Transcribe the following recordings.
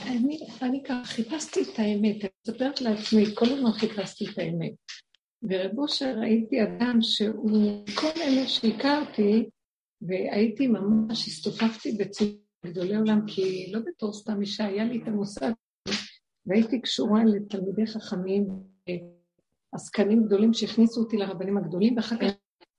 אני ככה חיפשתי את האמת, אני מספרת לעצמי, כל הזמן חיפשתי את האמת. ורב אושר ראיתי אדם שהוא, כל אלה שהכרתי, והייתי ממש, הסתופפתי בציבור גדולי עולם, כי לא בתור סתם אישה, היה לי את המושג, והייתי קשורה לתלמידי חכמים, עסקנים גדולים שהכניסו אותי לרבנים הגדולים, ואחר כך,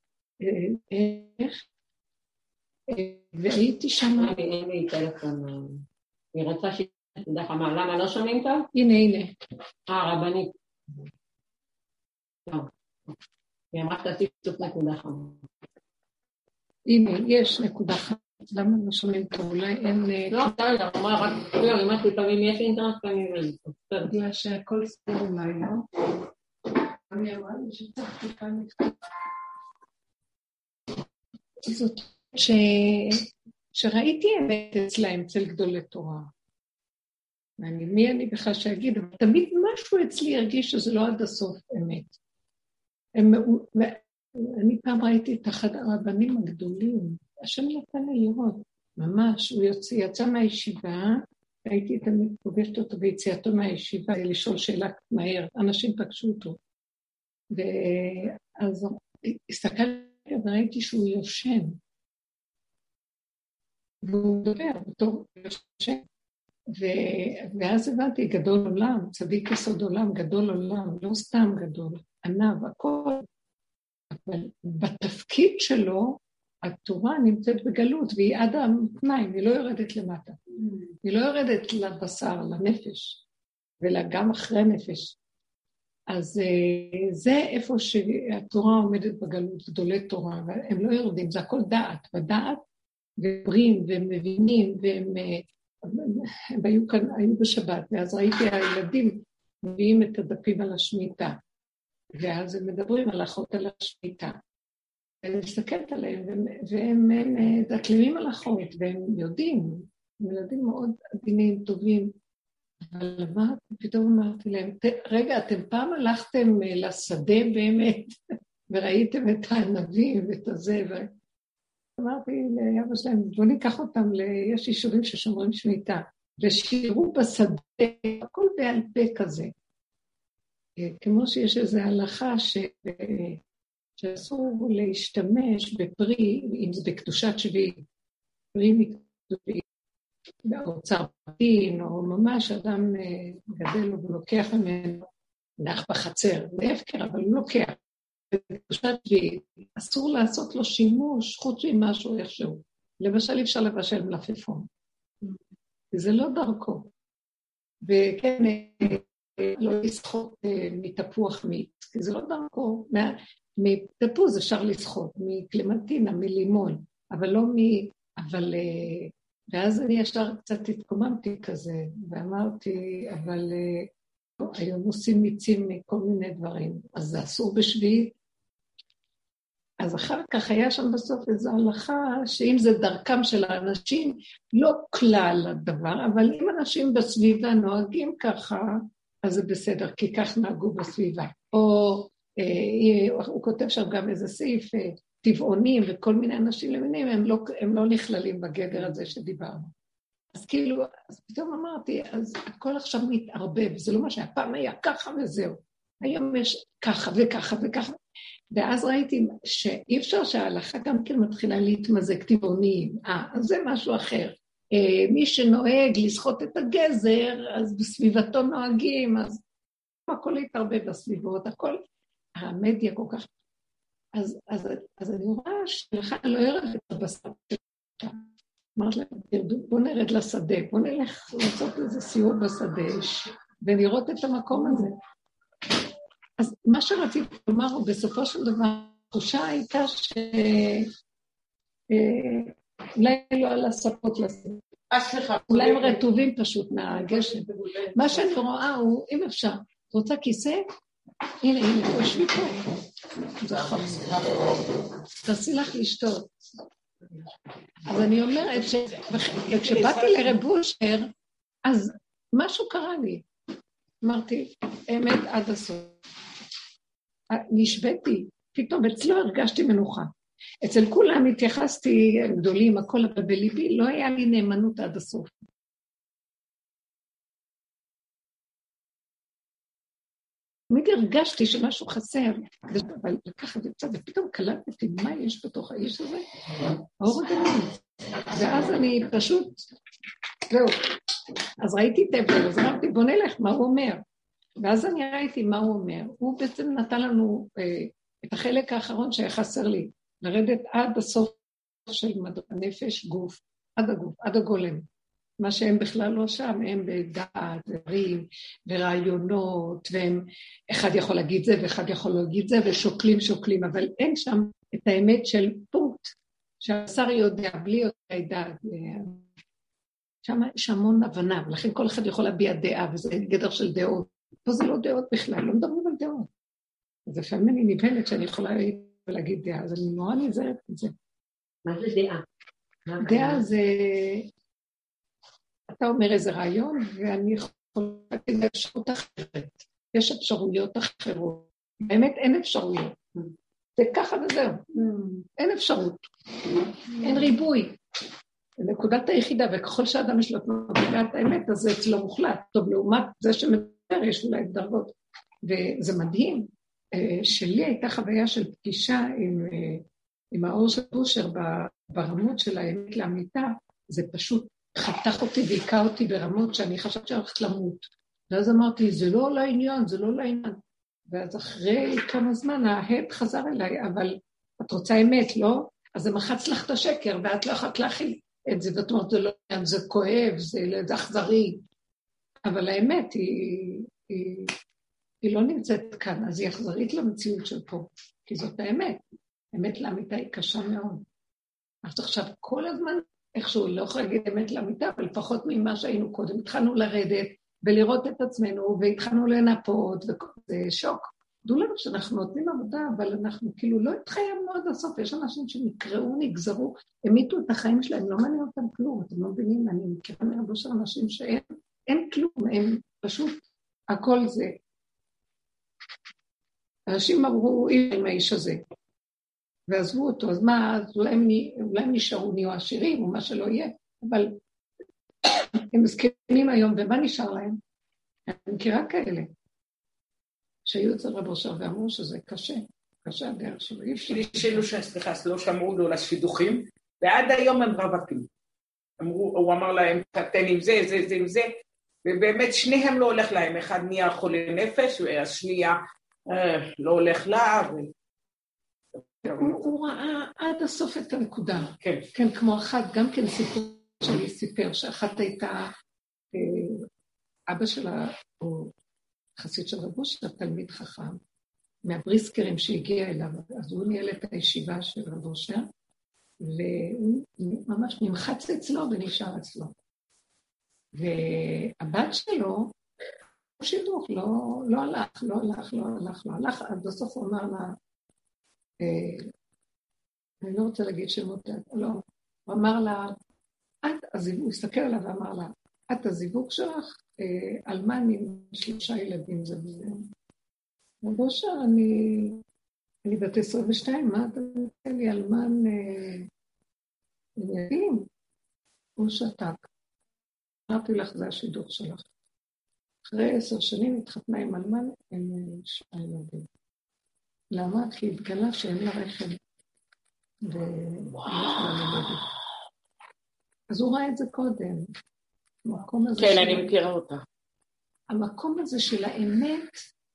והייתי שם... הנה טלפון, היא רצה שתדע חמה, למה לא שומעים טוב? הנה. רבנית. טוב. היא אמרה שתעשי פשוט נקודה חמה. הנה, יש נקודה חמה. למה לא שומעים טוב? אולי אין... לא, בסדר, אמרה רק, לא, אמרתי פעמים יש אינטרנט פעמים אין. בגלל שהכל ספור אולי, לא? אני אמרה לי שצריך כאן לכתוב. זאת שראיתי אמת אצלהם, אצל גדולי תורה. מי אני בכלל שאגיד, אבל תמיד משהו אצלי הרגיש שזה לא עד הסוף אמת. אני פעם ראיתי את אחד הרבנים הגדולים, השם נתן לי לראות, ממש, הוא יצא מהישיבה, הייתי תמיד פוגשת אותו ביציאתו מהישיבה, לשאול שאלה מהר, אנשים פגשו אותו. ואז הסתכלתי וראיתי שהוא יושן, והוא מדבר בתור יושן, ואז הבנתי, גדול עולם, צדיק יסוד עולם, גדול עולם, לא סתם גדול, ענב, הכל, אבל בתפקיד שלו, התורה נמצאת בגלות, והיא עד המתניים, היא לא יורדת למטה. היא לא יורדת לבשר, לנפש, וגם אחרי נפש. אז זה איפה שהתורה עומדת בגלות, גדולי תורה, והם לא יורדים, זה הכל דעת, בדעת, וברים, והם מבינים, הם היו בשבת, ואז ראיתי הילדים מביאים את הדפים על השמיטה, ואז הם מדברים על אחות על השמיטה. אני מסתכלת עליהם, והם דקלמים על אחות, והם יודעים, הם ילדים מאוד עדינים, טובים, אבל פתאום אמרתי להם, רגע, אתם פעם הלכתם לשדה באמת, וראיתם את הענבים ואת הזה, אמרתי לאבא שלהם, בוא ניקח אותם, יש יישובים ששומרים שמיטה, ושירו בשדה, הכל בעל פה כזה. כמו שיש איזו הלכה שאסור להשתמש בפרי, אם זה בקדושת שביעית, פרי מקדושת או צרפתין, או ממש אדם גדל ולוקח ממנו, נח בחצר, זה הפקר, אבל הוא לוקח. בקדושת שביעית, אסור לעשות לו שימוש חוץ ממשהו איכשהו. למשל, אי אפשר לבשל מלפפון. זה לא דרכו. וכן, לא לסחוט מתפוח מיץ, כי זה לא דרכו. מתפוז אפשר לסחוט, מקלמנטינה, מלימון, אבל לא אבל... ואז אני ישר קצת התקוממתי כזה, ואמרתי, אבל היום עושים מיצים מכל מיני דברים, אז זה אסור בשביעית. אז אחר כך היה שם בסוף איזו הלכה, שאם זה דרכם של האנשים, לא כלל הדבר, אבל אם אנשים בסביבה נוהגים ככה, אז זה בסדר, כי כך נהגו בסביבה. או הוא כותב שם גם איזה סעיף, טבעונים וכל מיני אנשים למינים, הם לא נכללים בגדר הזה שדיברנו. אז כאילו, אז פתאום אמרתי, אז הכל עכשיו מתערבב, זה לא מה שהפעם היה ככה וזהו. היום יש ככה וככה וככה. ואז ראיתי שאי אפשר שההלכה גם כן מתחילה להתמזג טבעונים. אז זה משהו אחר. מי שנוהג לסחוט את הגזר, אז בסביבתו נוהגים, אז הכל להתערבב בסביבות, הכל, המדיה כל כך. אז אני רואה שלך לא ירד את הבשר שלך. אמרת להם, בוא נרד לשדה, בוא נלך לעשות איזה סיור בשדה, ולראות את המקום הזה. אז מה שרציתי לומר הוא בסופו של דבר, התחושה הייתה אולי לא על הספות לשדה. אולי הם רטובים פשוט מהגשם. מה שאני רואה הוא, אם אפשר, רוצה כיסא? הנה, תושבי פה. זה חוץ. תעשי לך לשתות. אז אני אומרת וכשבאתי לרב אושר, אז משהו קרה לי. אמרתי, אמת עד הסוף. נשבתי, פתאום אצלו הרגשתי מנוחה. אצל כולם התייחסתי גדולים, הכל אבל בליבי, לא היה לי נאמנות עד הסוף. תמיד הרגשתי שמשהו חסר, אבל לקחת את זה, ופתאום קלטתי מה יש בתוך האיש הזה, האור הגדול. ואז אני פשוט, זהו, אז ראיתי את ההבדל, אז אמרתי, בוא נלך, מה הוא אומר? ואז אני ראיתי מה הוא אומר. הוא בעצם נתן לנו את החלק האחרון שהיה חסר לי, לרדת עד הסוף של מדע נפש, גוף, עד הגוף, עד הגולם. מה שהם בכלל לא שם, הם בדעת, דברים, ורעיונות, והם, אחד יכול להגיד זה, ואחד יכול להגיד זה, ושוקלים, אבל אין שם את האמת של פונקט, שהשר יודע, בלי יותר דעת. שם יש המון הבנה, ולכן כל אחד יכול להביע דעה, וזה גדר של דעות. פה זה לא דעות בכלל, לא מדברים על דעות. אז לפעמים אני נבהלת שאני יכולה להגיד דעה, אז אני נורא נזהרת את זה. מה זה דעה? דעה זה... אתה אומר איזה רעיון, ואני יכולה להגיד אפשרות אחרת. יש אפשרויות אחרות. באמת אין אפשרויות. זה ככה וזהו. אין אפשרות. אין ריבוי. נקודת היחידה, וככל שאדם יש לו נקודת האמת, אז זה אצלו מוחלט. טוב, לעומת זה שמדבר, יש אולי דרגות. וזה מדהים, שלי הייתה חוויה של פגישה עם האור של בושר ברמות של האמת לאמיתה, זה פשוט חתך אותי והיכה אותי ברמות שאני חשבת שהולכת למות. ואז אמרתי, זה לא לעניין, זה לא לעניין. ואז אחרי כמה זמן ההד חזר אליי, אבל את רוצה אמת, לא? אז זה מחץ לך את השקר, ואת לא יכולת להכיל את זה, ואת אומרת, זה לא לעניין, זה כואב, זה אכזרי. אבל האמת היא לא נמצאת כאן, אז היא אכזרית למציאות של פה, כי זאת האמת. האמת לאמיתה היא קשה מאוד. אז עכשיו כל הזמן, איכשהו לא יכול להגיד אמת לאמיתה, אבל לפחות ממה שהיינו קודם, התחלנו לרדת ולראות את עצמנו, והתחלנו לנפות, וזה שוק. דעו לנו שאנחנו נותנים עבודה, אבל אנחנו כאילו לא התחייבנו עד הסוף, יש אנשים שנקראו, נגזרו, המיתו את החיים שלהם, לא מעניין אותם כלום, אתם לא מבינים, אני מכירה מרבו של אנשים שאין כלום, הם פשוט, הכל זה. אנשים אמרו, עם האיש הזה, ועזבו אותו, אז מה, אז אולי הם נשארו, נהיו עשירים, או מה שלא יהיה, אבל הם מסכנים היום, ומה נשאר להם? אני מכירה כאלה, שהיו אצל רב אושר ואמרו שזה קשה, קשה הדרך שלו, אי אפשר. סליחה, לא שמעו לו לשידוכים, ועד היום הם רווקים. הוא אמר להם, תתן עם זה, זה עם זה, ובאמת שניהם לא הולך להם, אחד נהיה חולה נפש, והשנייה לא הולך לה, הוא ראה עד הסוף את הנקודה. כן. כן, כמו אחת, גם כן סיפור שלי סיפר, שאחת הייתה, אבא שלה, הוא חסיד של רב אושר, תלמיד חכם, מהבריסקרים שהגיע אליו, אז הוא ניהל את הישיבה של רב אושר, והוא ממש נמחץ אצלו ונשאר אצלו. והבת שלו, הוא שידוך, לא הלך, אז בסוף הוא אמר לה, אני לא רוצה להגיד שמות, לא, הוא אמר לה, הוא הסתכל עליו ואמר לה, את הזיווג שלך, אלמן עם 3 ילדים זה וזה. רב אושר, אני בת 22, מה אתה נותן לי אלמן ילדים? הוא שתק. אמרתי לך, זה השידוך שלך. אחרי 10 שנים התחתנה עם אלמן עם 2 ילדים. למה? כי התגלה שאין לה רחם. אז הוא ראה את זה קודם. כן, אני מכירה אותה. המקום הזה של האמת,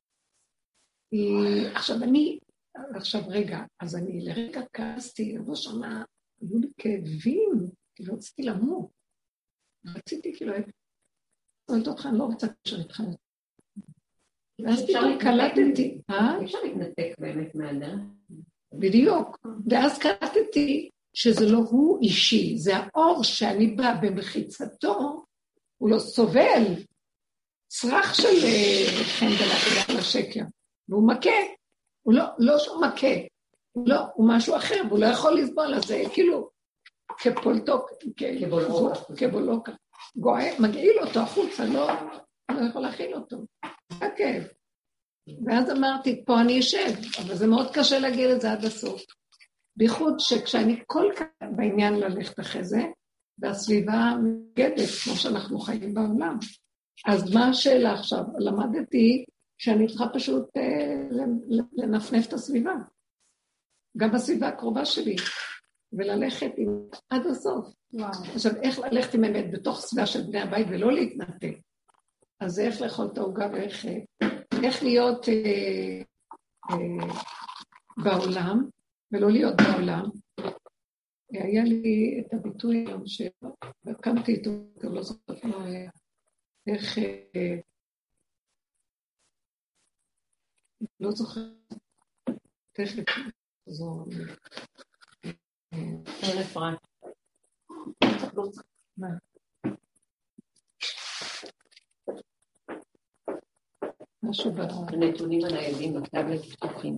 עכשיו רגע, אז אני לרגע כעסתי, רבו שמה, היו לי כאבים, כי לא רציתי למות. רציתי כאילו, אני לא רוצה קשר איתך. ואז פתאום קלטתי, אפשר להתנתק באמת מהדרך. בדיוק. ואז קלטתי שזה לא הוא אישי, זה האור שאני באה במחיצתו, הוא לא סובל צרח של חן דלת לשקר, והוא מכה, הוא לא שהוא מכה, הוא משהו אחר, והוא לא יכול לסבול, אז זה כאילו כפולטוק, כבולוקה, מגעיל אותו החוצה, לא יכול להכיל אותו, הכאב. ואז אמרתי, פה אני אשב, אבל זה מאוד קשה להגיד את זה עד הסוף. בייחוד שכשאני כל כך בעניין ללכת אחרי זה, והסביבה מגדת, כמו שאנחנו חיים בעולם. אז מה השאלה עכשיו? למדתי שאני צריכה פשוט לנפנף את הסביבה. גם בסביבה הקרובה שלי, וללכת עד הסוף. עכשיו, איך ללכת עם אמת בתוך סביבה של בני הבית ולא להתנתק? אז זה איך לאכול את העוגה ואיך להיות בעולם, ולא להיות בעולם. היה לי את הביטוי היום שקמתי איתו, לא זוכרת מה היה, איך, לא זוכרת, תכף זו, אפרת. מה? משהו הנתונים הניידים בטאבלט פתוחים.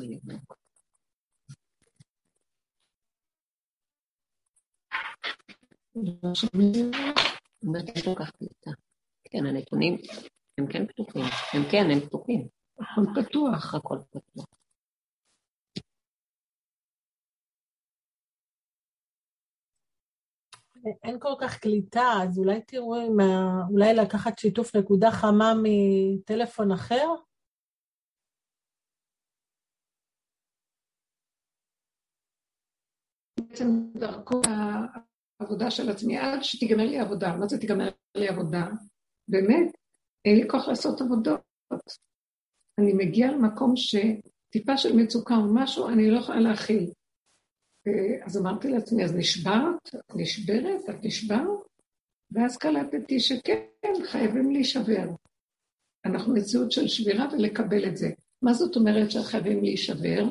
יש לו כך פליטה. כן, הנתונים הם כן פתוחים. הם פתוחים. הכל פתוח. הכל פתוח. אין כל כך קליטה, אז אולי תראו, אולי לקחת שיתוף נקודה חמה מטלפון אחר? בעצם דרכו העבודה של עצמי, עד שתיגמר לי עבודה, מה זה תיגמר לי עבודה? באמת, אין לי כוח לעשות עבודות. אני מגיעה למקום שטיפה של מצוקה או משהו, אני לא יכולה להכיל. אז אמרתי לעצמי, אז נשברת? את נשברת? את נשברת? ואז קלטתי שכן, חייבים להישבר. אנחנו מציאות של שבירה ולקבל את זה. מה זאת אומרת שחייבים להישבר?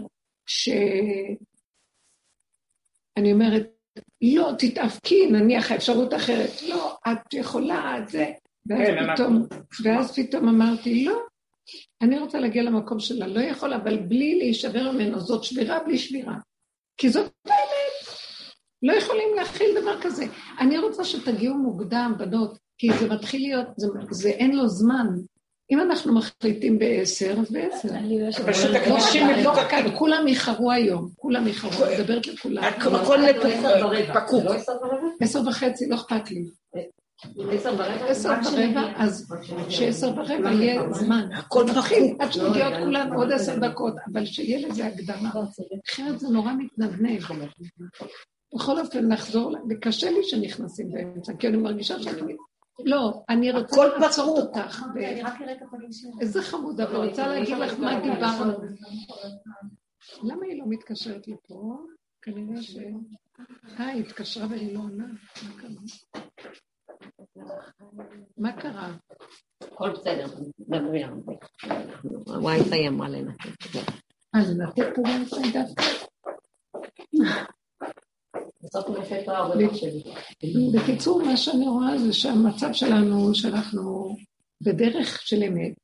אני אומרת, לא, תתאפקי, נניח האפשרות אחרת. לא, את יכולה, את זה. ואז פתאום אמרתי, לא, אני רוצה להגיע למקום שלה, לא יכולה, אבל בלי להישבר ממנו, זאת שבירה בלי שבירה. כי זאת באמת, לא יכולים להכיל דבר כזה. אני רוצה שתגיעו מוקדם, בנות, כי זה מתחיל להיות, זה אין לו זמן. אם אנחנו מחליטים ב10, אז ב10. פשוט הקדושים לא רק, כולם יחרו היום, כולם יחרו, אני מדברת לכולם. הכל פקוק. 10:30, לא אכפת לי. 10:15, אז ש10:15 יהיה זמן. הכל מתחיל, עד שמגיעות כולן עוד 10 דקות, אבל שיהיה לזה הקדמה. אחרת זה נורא מתנדנד. בכל אופן נחזור, וקשה לי שנכנסים באמצע, כי אני מרגישה שאני... לא, אני רוצה לעצור אותך. איזה חמודה, אבל רוצה להגיד לך מה דיברנו. למה היא לא מתקשרת לפה? כנראה ש... היא התקשרה והיא לא עונה. מה קרה? הכל בסדר, דברי הרבה. הווי-פיי אמרה לנתק. לנתק פה ווי-פיי דווקא? בקיצור, מה שאני רואה זה שהמצב שלנו, שאנחנו בדרך של אמת,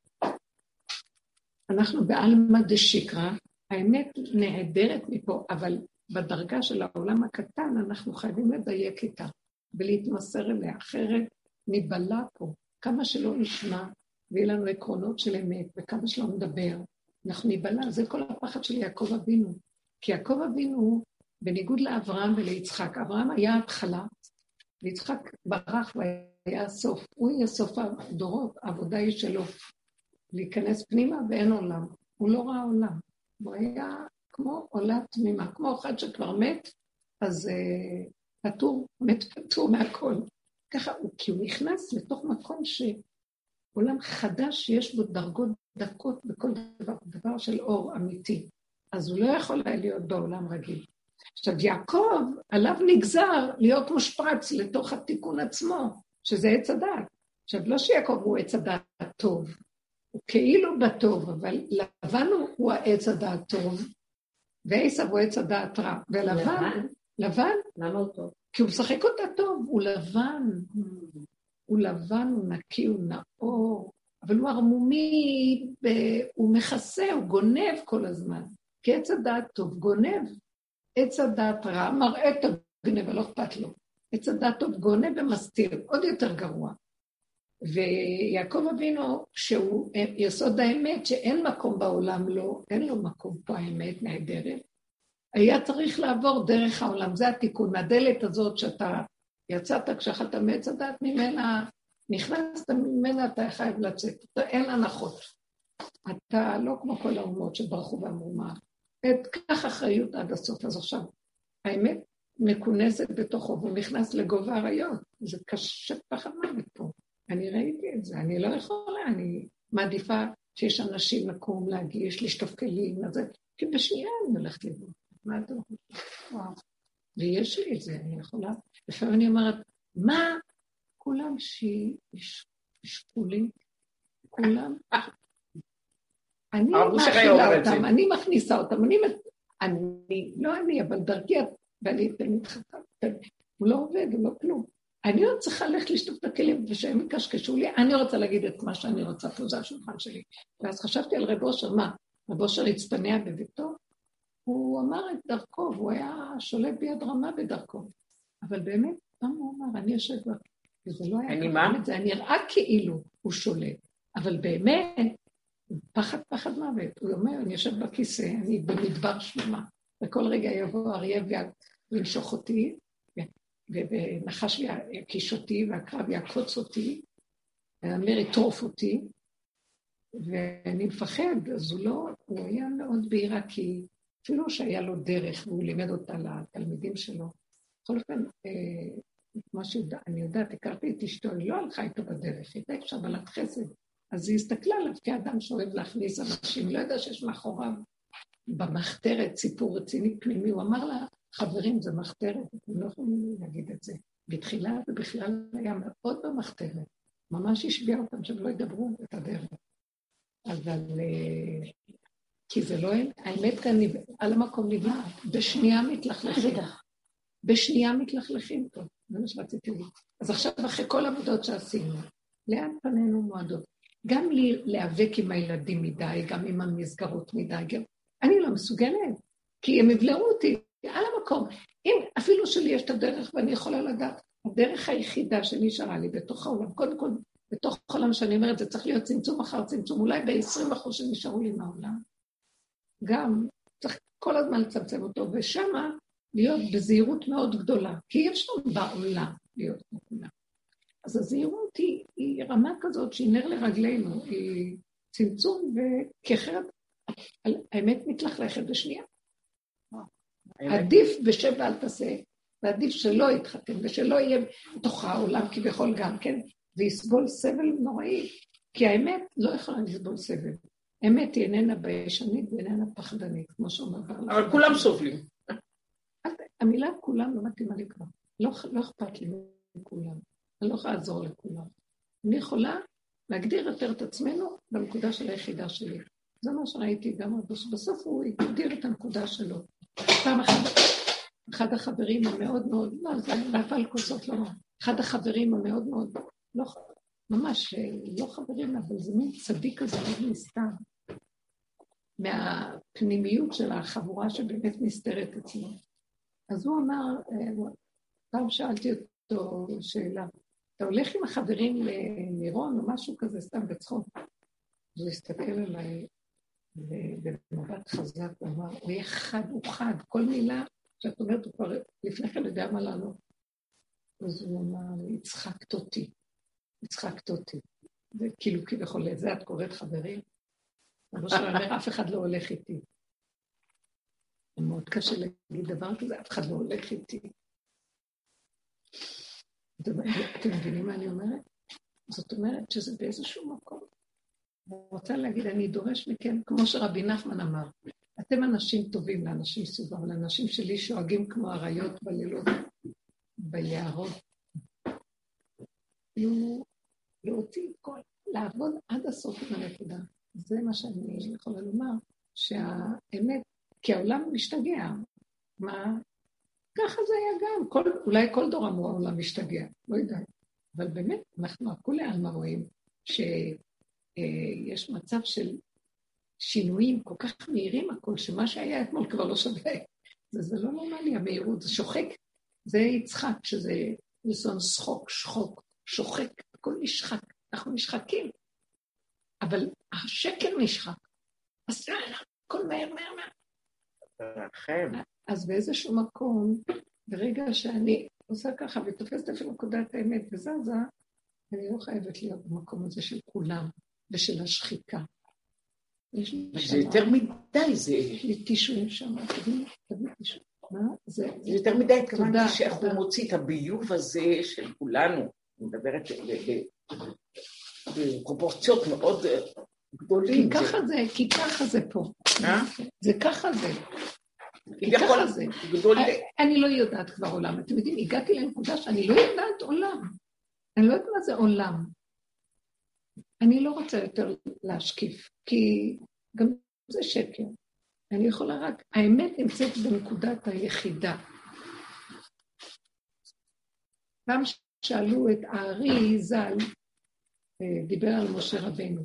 אנחנו בעלמא דשיקרא, האמת נהדרת מפה, אבל בדרגה של העולם הקטן אנחנו חייבים לדייק איתה ולהתמסר אליה, אחרת ניבלה פה, כמה שלא נשמע ויהיה לנו עקרונות של אמת וכמה שלא נדבר, אנחנו ניבלה, זה כל הפחד של יעקב אבינו, כי יעקב אבינו בניגוד לאברהם וליצחק, אברהם היה התחלה, ויצחק ברח והיה הסוף, הוא יהיה סוף הדורות, העבודה היא שלו, להיכנס פנימה ואין עולם, הוא לא ראה עולם, הוא היה כמו עולה תמימה, כמו אחד שכבר מת, אז פטור, מת פטור מהכל, ככה, כי הוא נכנס לתוך מקום שעולם חדש שיש בו דרגות דקות בכל דבר של אור אמיתי, אז הוא לא יכול להיות בעולם רגיל. עכשיו, יעקב, עליו נגזר להיות מושפרץ לתוך התיקון עצמו, שזה עץ הדעת. עכשיו, לא שיעקב הוא עץ הדעת טוב, הוא כאילו בטוב, אבל לבן הוא העץ הדעת טוב, ועשיו הוא עץ הדעת רע. ולבן, לבן, למה הוא טוב? כי הוא משחק אותה טוב, הוא לבן. הוא לבן, הוא נקי, הוא נאור, אבל הוא הרמומי, הוא מכסה, הוא גונב כל הזמן. כי עץ הדעת טוב גונב. עץ הדעת רע, מראה את הגנב, לא אכפת לו. עץ הדעת טוב גונב ומסתיר, עוד יותר גרוע. ויעקב אבינו, שהוא יסוד האמת, שאין מקום בעולם לו, אין לו מקום פה האמת נהדרת, היה צריך לעבור דרך העולם, זה התיקון, מהדלת הזאת שאתה יצאת, כשאכלת מעץ הדעת ממנה, נכנסת ממנה, אתה חייב לצאת, אין הנחות. אתה לא כמו כל האומות שברחו ואמרו מה. קח אחריות עד הסוף. אז עכשיו, האמת מכונסת בתוכו, והוא נכנס לגובה האריות. זה קשה פחד מוות פה. אני ראיתי את זה, אני לא יכולה, אני מעדיפה שיש אנשים לקום, להגיש, לשטוף כלים, כי בשנייה אני הולכת לבוא. מה אתה חושב? וואו. ויש לי את זה, אני יכולה. לפעמים אני אומרת, מה? כולם שישפו לי, כולם. אני מאכילה אותם, אני מכניסה אותם, לא אני, אבל דרכי, ואני מתחתת, הוא לא עובד, הוא לא כלום. אני עוד צריכה ללכת לשטוף את הכלים, ושהם יקשקשו לי, אני רוצה להגיד את מה שאני רוצה, פה זה השולחן שלי. ואז חשבתי על רב אושר, מה? רב אושר הצפנע בביתו, הוא אמר את דרכו, והוא היה שולט ביד רמה בדרכו. אבל באמת, פעם הוא אמר, אני יושב בה, וזה לא היה ככה, זה נראה כאילו הוא שולט, אבל באמת, פחד מוות. הוא אומר, אני יושב בכיסא, אני במדבר שלמה, וכל רגע יבוא אריה וינשוך אותי, ונחש יקיש אותי, והקרב יקוץ אותי, והנמר יטרוף אותי, ואני מפחד, אז הוא היה מאוד בהירה, כי אפילו שהיה לו דרך, והוא לימד אותה לתלמידים שלו. בכל אופן, מה שאני יודעת, הכרתי את אשתו, היא לא הלכה איתו בדרך, הייתה אפשר בלת חסד, אז היא הסתכלה עליו כאדם שאוהב להכניס אנשים, לא יודע שיש מאחוריו במחתרת, סיפור רציני פנימי, הוא אמר לה, חברים, זה מחתרת, אתם לא יכולים להגיד את זה. בתחילה זה בכלל היה מאוד במחתרת, ממש השביע אותם שהם לא ידברו את הדרך. אבל, כי זה לא, האמת כאן על המקום נבנה, בשנייה מתלכלכים. בשנייה מתלכלכים פה, זה מה שרציתי לי. אז עכשיו, אחרי כל העבודות שעשינו, לאן פנינו מועדות? גם להיאבק עם הילדים מדי, גם עם המסגרות מדי, גם אני לא מסוגלת, כי הם יבלעו אותי על המקום. אם אפילו שלי יש את הדרך ואני יכולה לדעת, הדרך היחידה שנשארה לי בתוך העולם, קודם כל, בתוך העולם שאני אומרת, זה צריך להיות צמצום אחר צמצום, אולי ב-20% שנשארו לי מהעולם. גם צריך כל הזמן לצמצם אותו, ושמה להיות בזהירות מאוד גדולה, כי יש לנו בעולם להיות כמו. אז הזהירות היא רמה כזאת שהיא נר לרגלינו, היא צמצום, כי אחרת האמת מתלכלכת בשנייה. עדיף בשב ואל תעשה, ועדיף שלא יתחתן, ושלא יהיה בתוך העולם כביכול גם כן, ויסבול סבל נוראי, כי האמת לא יכולה לסבול סבל. האמת היא איננה ביישנית ואיננה פחדנית, כמו שאומר. אבל כולם סובלים. המילה כולם לא מתאימה לי כבר. לא אכפת לי מכולם. אני לא יכולה לעזור לכולם. אני יכולה להגדיר יותר את עצמנו בנקודה של היחידה שלי. זה מה שראיתי גם, בסוף הוא הגדיר את הנקודה שלו. פעם אחד החברים המאוד מאוד, לא, זה נפל כוסות לא רע. אחד החברים המאוד מאוד, לא, ממש לא חברים, אבל זה מין צדיק כזה, מאוד נסתר. מהפנימיות של החבורה שבאמת נסתרת אצלו. אז הוא אמר, פעם שאלתי אותו שאלה, אתה הולך עם החברים למירון או משהו כזה, סתם בצחוק. אז הוא הסתכל עליי במבט חזק, הוא אמר, הוא יהיה חד, הוא חד, כל מילה שאת אומרת, הוא כבר לפני כן יודע מה לענות. אז הוא אמר, הצחקת אותי. וכאילו כביכול, לזה את קוראת חברים? אבל שאומר, אף אחד לא הולך איתי. זה מאוד קשה להגיד דבר כזה, אף אחד לא הולך איתי. אתם מבינים מה אני אומרת? זאת אומרת שזה באיזשהו מקום. אני רוצה להגיד, אני דורש מכם, כמו שרבי נחמן אמר, אתם אנשים טובים לאנשים סוג, אבל אנשים שלי שואגים כמו אריות בלילות, ביערות. להוציא כל, לעבוד עד הסוף עם הנקודה. זה מה שאני יכולה לומר, שהאמת, כי העולם משתגע. מה? ככה זה היה גם, אולי כל דור אמרו העולם משתגע, לא יודע. אבל באמת, אנחנו הכולי עלמא רואים שיש מצב של שינויים כל כך מהירים הכל, שמה שהיה אתמול כבר לא שווה. זה לא נורמלי, המהירות, זה שוחק, זה יצחק, שזה ניסון שוחק, הכל נשחק, אנחנו נשחקים. אבל השקר נשחק. אז הכל מהר. אז באיזשהו מקום, ברגע שאני עושה ככה ותופסת אפילו נקודת האמת וזזה, אני לא חייבת להיות במקום הזה של כולם ושל השחיקה. זה יותר מדי, זה... יש לי טישויים שם, תביא טישוי. מה? זה יותר מדי, התכוונתי שאיך הוא מוציא את הביוב הזה של כולנו, אני מדברת בפרופורציות מאוד גדולים. כי ככה זה פה. זה ככה זה. כי ככה זה. אני לא יודעת כבר עולם. אתם יודעים, הגעתי לנקודה שאני לא יודעת עולם. אני לא יודעת מה זה עולם. אני לא רוצה יותר להשקיף, כי גם זה שקר. אני יכולה רק, האמת נמצאת בנקודת היחידה. פעם שאלו את הארי ז"ל, דיבר על משה רבנו,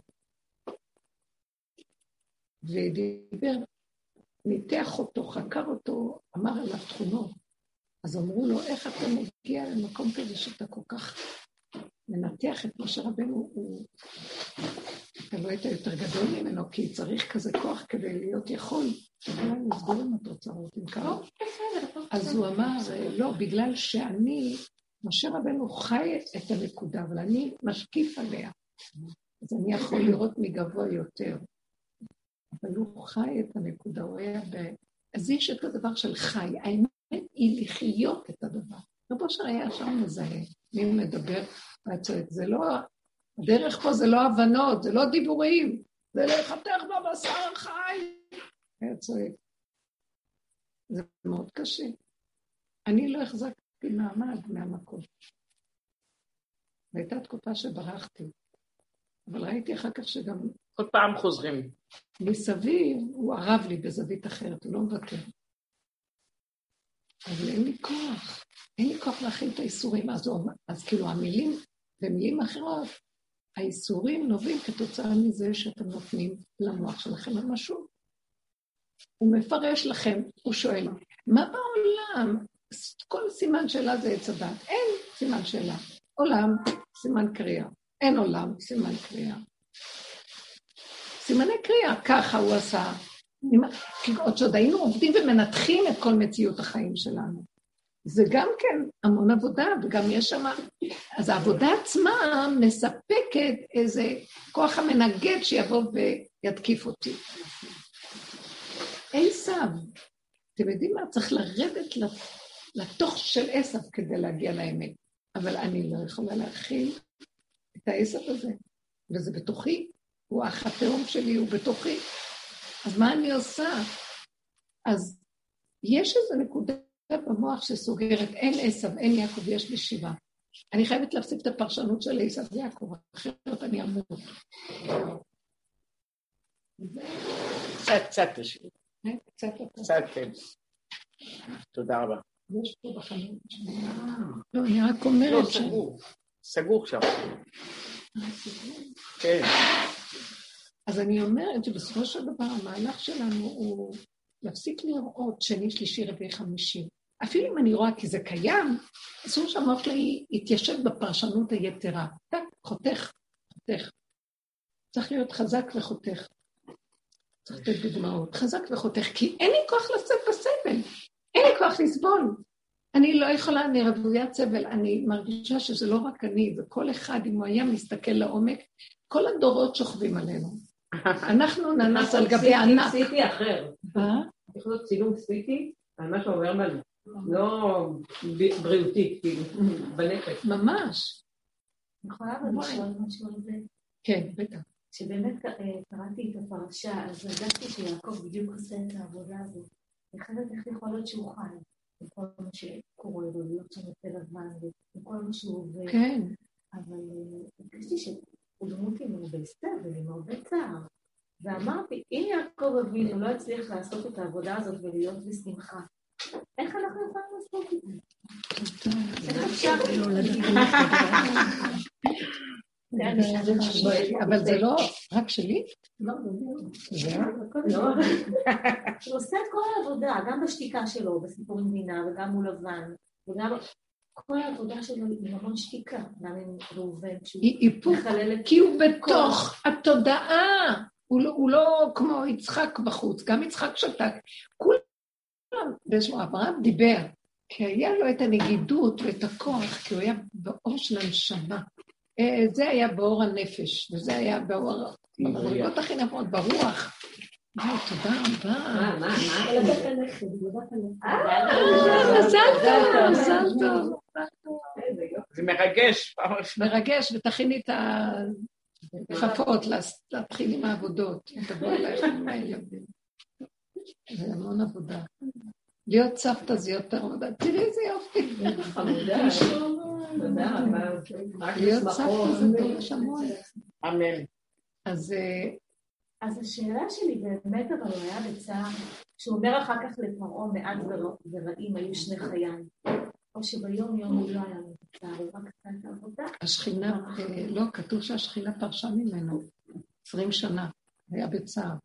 ודיבר, ניתח אותו, חקר אותו, אמר עליו תכונות. אז אמרו לו, איך אתה מגיע למקום כזה שאתה כל כך מנתח את משה רבנו, אתה לא היית יותר גדול ממנו, כי צריך כזה כוח כדי להיות יכול. אולי נסגור עם התוצאות, אם ככה. אז הוא אמר, לא, בגלל שאני, משה רבנו חי את הנקודה, אבל אני משקיף עליה. אז אני יכול לראות מגבוה יותר. אבל הוא חי את הנקודה, הוא היה אז יש את הדבר של חי. האמת היא לחיות את הדבר. רבו שהיה שם מזהה, מי מדבר והצועק. זה לא, הדרך פה זה לא הבנות, זה לא דיבורים, זה לחתך בבשר חי. היה צועק. זה מאוד קשה. אני לא החזקתי מעמד מהמקום. והייתה תקופה שברחתי. אבל ראיתי אחר כך שגם... עוד פעם חוזרים. מסביב, הוא ערב לי בזווית אחרת, הוא לא מבטר. אבל אין לי כוח. אין לי כוח להכין את האיסורים. אז כאילו המילים, במילים אחרות, האיסורים נובעים כתוצאה מזה שאתם נותנים למוח שלכם משהו. הוא מפרש לכם, הוא שואל, מה בעולם? כל סימן שאלה זה עץ הדת. אין סימן שאלה. עולם, סימן קריאה. אין עולם, סימן קריאה. סימני קריאה, ככה הוא עשה. עוד שעוד היינו עובדים ומנתחים את כל מציאות החיים שלנו. זה גם כן המון עבודה, וגם יש שם... אז העבודה עצמה מספקת איזה כוח המנגד שיבוא ויתקיף אותי. עשיו, אתם יודעים מה? צריך לרדת לתוך של עשיו כדי להגיע לאמת. אבל אני לא יכולה להכיל את העשיו הזה. וזה בתוכי, הוא האח התאום שלי, הוא בתוכי. אז מה אני עושה? אז יש איזו נקודה במוח שסוגרת, אין עשיו, אין יעקב, יש לי 7. אני חייבת להפסיק את הפרשנות של עשיו ויעקב, אחרת אני אמות. קצת תשאיר. קצת, כן. תודה רבה. יש פה בחנות. לא, אני רק אומרת... לא, סגור. סגור עכשיו. כן. אז אני אומרת שבסופו של דבר המהלך שלנו הוא להפסיק לראות שני, שלישי, רביעי, חמישי. אפילו אם אני רואה כי זה קיים, אסור שהמוח שלי יתיישב בפרשנות היתרה. חותך. צריך להיות חזק וחותך. צריך לתת דוגמאות. חזק וחותך, כי אין לי כוח לשאת בסבל. אין לי כוח לסבול. אני לא יכולה, אני רבוית סבל. אני מרגישה שזה לא רק אני, וכל אחד, אם הוא היה מסתכל לעומק, כל הדורות שוכבים עלינו. אנחנו ננס על גבי ענק. סיטי אחר. מה? יכול להיות צילום סיטי על מה שעובר לנו. לא בריאותי, בנפש. ממש. אני יכולה לשאול משהו על זה? כן, בטח. כשבאמת קראתי את הפרשה, אז הרגשתי שיעקב בדיוק עושה את העבודה הזאת. אחרת איך יכול להיות שהוא חי, וכל מה שקורה לו, להיות שם יותר הזמן, וכל מה שהוא עובד. כן. אבל הרגשתי שהוא דמות עם הרבה סבל, עם הרבה צער. ואמרתי, אם יעקב אבינו לא הצליח לעשות את העבודה הזאת ולהיות בשמחה, איך אנחנו יכולים לעשות את זה? איך אפשר? אבל זה לא רק שלי? לא, הוא עושה את כל העבודה, גם בשתיקה שלו, בסיפור עם דינה, וגם מול לבן, וגם כל העבודה שלו היא ממש שתיקה, גם עם ראובן, היא איפוק, כי הוא בתוך התודעה, הוא לא כמו יצחק בחוץ, גם יצחק שתק, כולם, באיזשהו אברהם דיבר, כי היה לו את הנגידות ואת הכוח, כי הוא היה באור של הנשמה, זה היה באור הנפש, וזה היה באור המדרגות הכי נפות, ברוח. תודה רבה. מזל טוב. זה מרגש. מרגש, ותכיני את הדחפות, להתחיל עם העבודות. תבוא אלייך עם הילדים. זה המון עבודה. להיות סבתא זה יותר עבודה. תראי איזה יופי. להיות סבתא זה דורש המון. אמן. אז השאלה שלי באמת, אבל הוא היה בצער, שהוא אומר אחר כך לפרעה מעט ורעים היו שני חיים, או שביום יום הוא לא היה בצער, הוא רק קצת עבודה. השכינה, לא, כתוב שהשכינה פרשה ממנו, 20 שנה, היה בצער.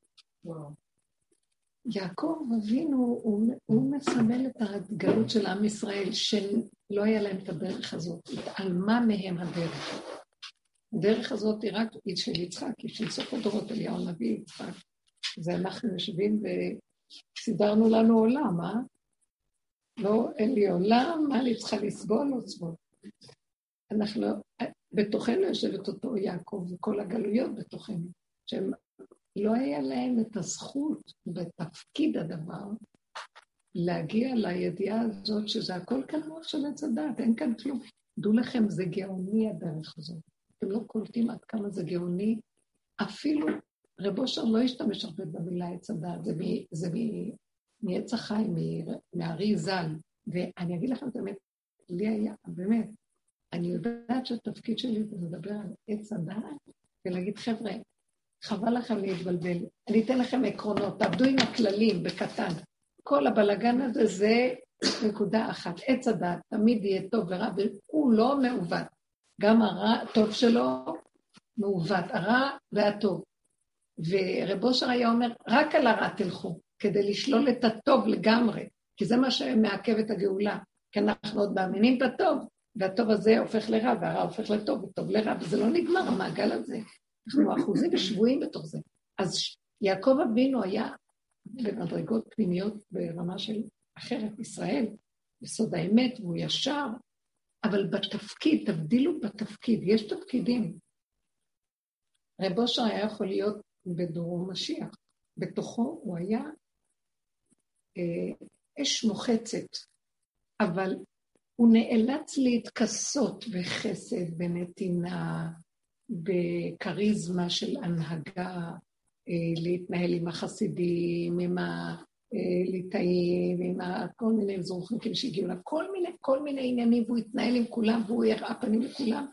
יעקב אבינו, הוא מסמל את הגלות של עם ישראל, שלא היה להם את הדרך הזאת, התעלמה מהם הדרך. הדרך הזאת היא רק של יצחק, היא של סוף הדורות, אליהו הנביא יצחק. זה אנחנו יושבים וסידרנו לנו עולם, אה? לא, אין לי עולם, מה אני צריכה לסבול או לסבול? אנחנו, בתוכנו יושבת אותו יעקב, וכל הגלויות בתוכנו, שהם לא היה להם את הזכות בתפקיד הדבר, להגיע לידיעה הזאת שזה הכל כאן מוח של עץ הדת, אין כאן כלום. דעו לכם, זה גאוני הדרך הזאת. אתם לא קולטים עד כמה זה גאוני. אפילו רב אושר לא השתמש הרבה במילה עץ הדת, זה מעץ החיים, מהארי ז"ל. ואני אגיד לכם באמת, לי היה, באמת, אני יודעת שהתפקיד שלי זה לדבר על עץ הדת, ולהגיד, חבר'ה, חבל לכם להתבלבל. אני אתן לכם עקרונות, תעבדו עם הכללים בקטן. כל הבלגן הזה זה נקודה אחת. עץ הדת תמיד יהיה טוב ורע, והוא לא מעוות. גם הרע, הטוב שלו מעוות, הרע והטוב. ורב אושר היה אומר, רק על הרע תלכו, כדי לשלול את הטוב לגמרי, כי זה מה שמעכב את הגאולה. כי אנחנו עוד מאמינים בטוב, והטוב הזה הופך לרע, והרע הופך לטוב, וטוב לרע, וזה לא נגמר המעגל הזה. אנחנו אחוזים ושבועים בתוך זה. אז יעקב אבינו היה במדרגות פנימיות ברמה של אחרת ישראל, בסוד האמת, והוא ישר, אבל בתפקיד, תבדילו בתפקיד, יש תפקידים. רב אושר היה יכול להיות בדורו משיח, בתוכו הוא היה אש מוחצת, אבל הוא נאלץ להתכסות בחסד, בנתינה, בקריזמה של הנהגה, להתנהל עם החסידים, עם הליטאים, עם כל מיני זרוחניקים שהגיעו לה, כל מיני עניינים, והוא התנהל עם כולם, והוא הראה פנים לכולם.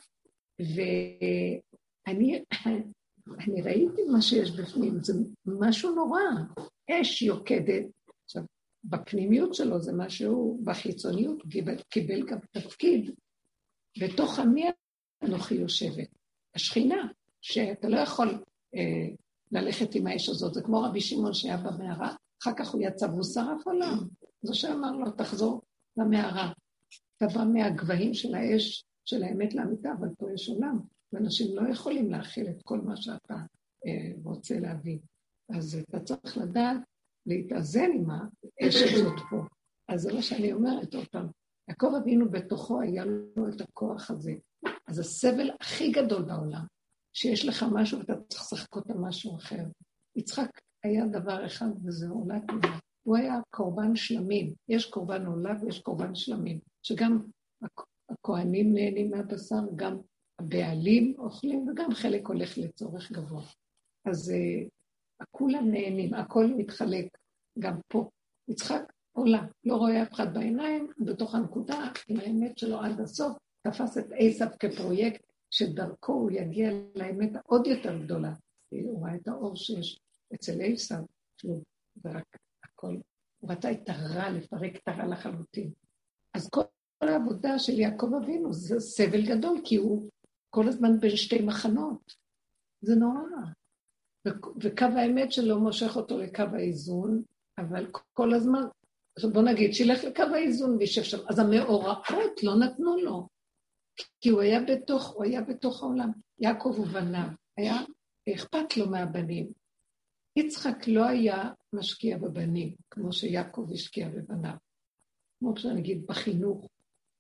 ואני ראיתי מה שיש בפנים, זה משהו נורא, אש יוקדת. עכשיו, בפנימיות שלו זה משהו, בחיצוניות, קיבל גם תפקיד, בתוך עמי אנוכי יושבת. השכינה, שאתה לא יכול ללכת עם האש הזאת, זה כמו רבי שמעון שהיה במערה, אחר כך הוא יצא והוא שרף עולם. זו שאמר לו, תחזור למערה. אתה בא מהגבהים של האש, של האמת לאמיתה, אבל פה יש עולם, ואנשים לא יכולים להכיל את כל מה שאתה רוצה להביא. אז אתה צריך לדעת, להתאזן עם האש הזאת פה. אז זה מה שאני אומרת אותם. יעקב אבינו בתוכו היה לו את הכוח הזה. אז הסבל הכי גדול בעולם, שיש לך משהו ואתה צריך לשחק אותה משהו אחר. יצחק היה דבר אחד וזה עולה כולה. הוא היה קורבן שלמים. יש קורבן עולה ויש קורבן שלמים. שגם הכהנים נהנים מהבשר, גם הבעלים אוכלים וגם חלק הולך לצורך גבוה. אז כולם נהנים, הכל מתחלק גם פה. יצחק עולה, לא רואה אף אחד בעיניים, בתוך הנקודה, עם האמת שלו עד הסוף, תפס את עשיו כפרויקט, שדרכו הוא יגיע לאמת העוד יותר גדולה. הוא ראה את האור שיש אצל עשיו, שהוא ורק הכל, הוא רצה את הרע, לפרק את הרע לחלוטין. אז כל העבודה של יעקב אבינו, זה סבל גדול, כי הוא כל הזמן בין שתי מחנות. זה נורא. וקו האמת שלו מושך אותו לקו האיזון, אבל כל הזמן, בוא נגיד, שילך לקו האיזון וישב שם. אז המאורעות לא נתנו לו, כי הוא היה בתוך העולם. יעקב ובניו, היה אכפת לו מהבנים. יצחק לא היה משקיע בבנים, כמו שיעקב השקיע בבניו. כמו שנגיד בחינוך.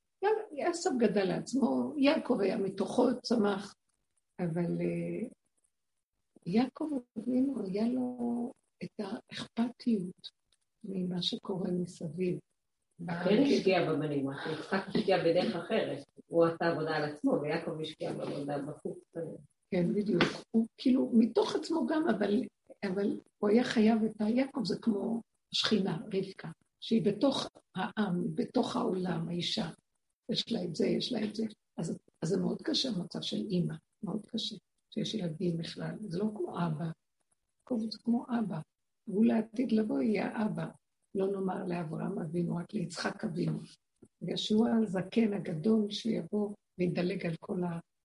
עשב גדל לעצמו, יעקב היה מתוכו צמח, אבל יעקב אבינו היה לו את האכפתיות ממה שקורה מסביב. אחר השקיע בבנים, יצחק השקיע בדרך אחרת, הוא עשה עבודה על עצמו, ויעקב השקיע בעבודה בחוץ. כן, בדיוק. הוא כאילו מתוך עצמו גם, אבל הוא היה חייב את יעקב, זה כמו שכינה, רבקה, שהיא בתוך העם, בתוך העולם, האישה. יש לה את זה, יש לה את זה. אז זה מאוד קשה, המצב של אימא, מאוד קשה, שיש ילדים בכלל. זה לא כמו אבא, זה כמו אבא. והוא לעתיד לבוא יהיה אבא. לא נאמר לאברהם אבינו, רק ליצחק אבינו. וישוע הזקן הגדול שיבוא וידלג על כל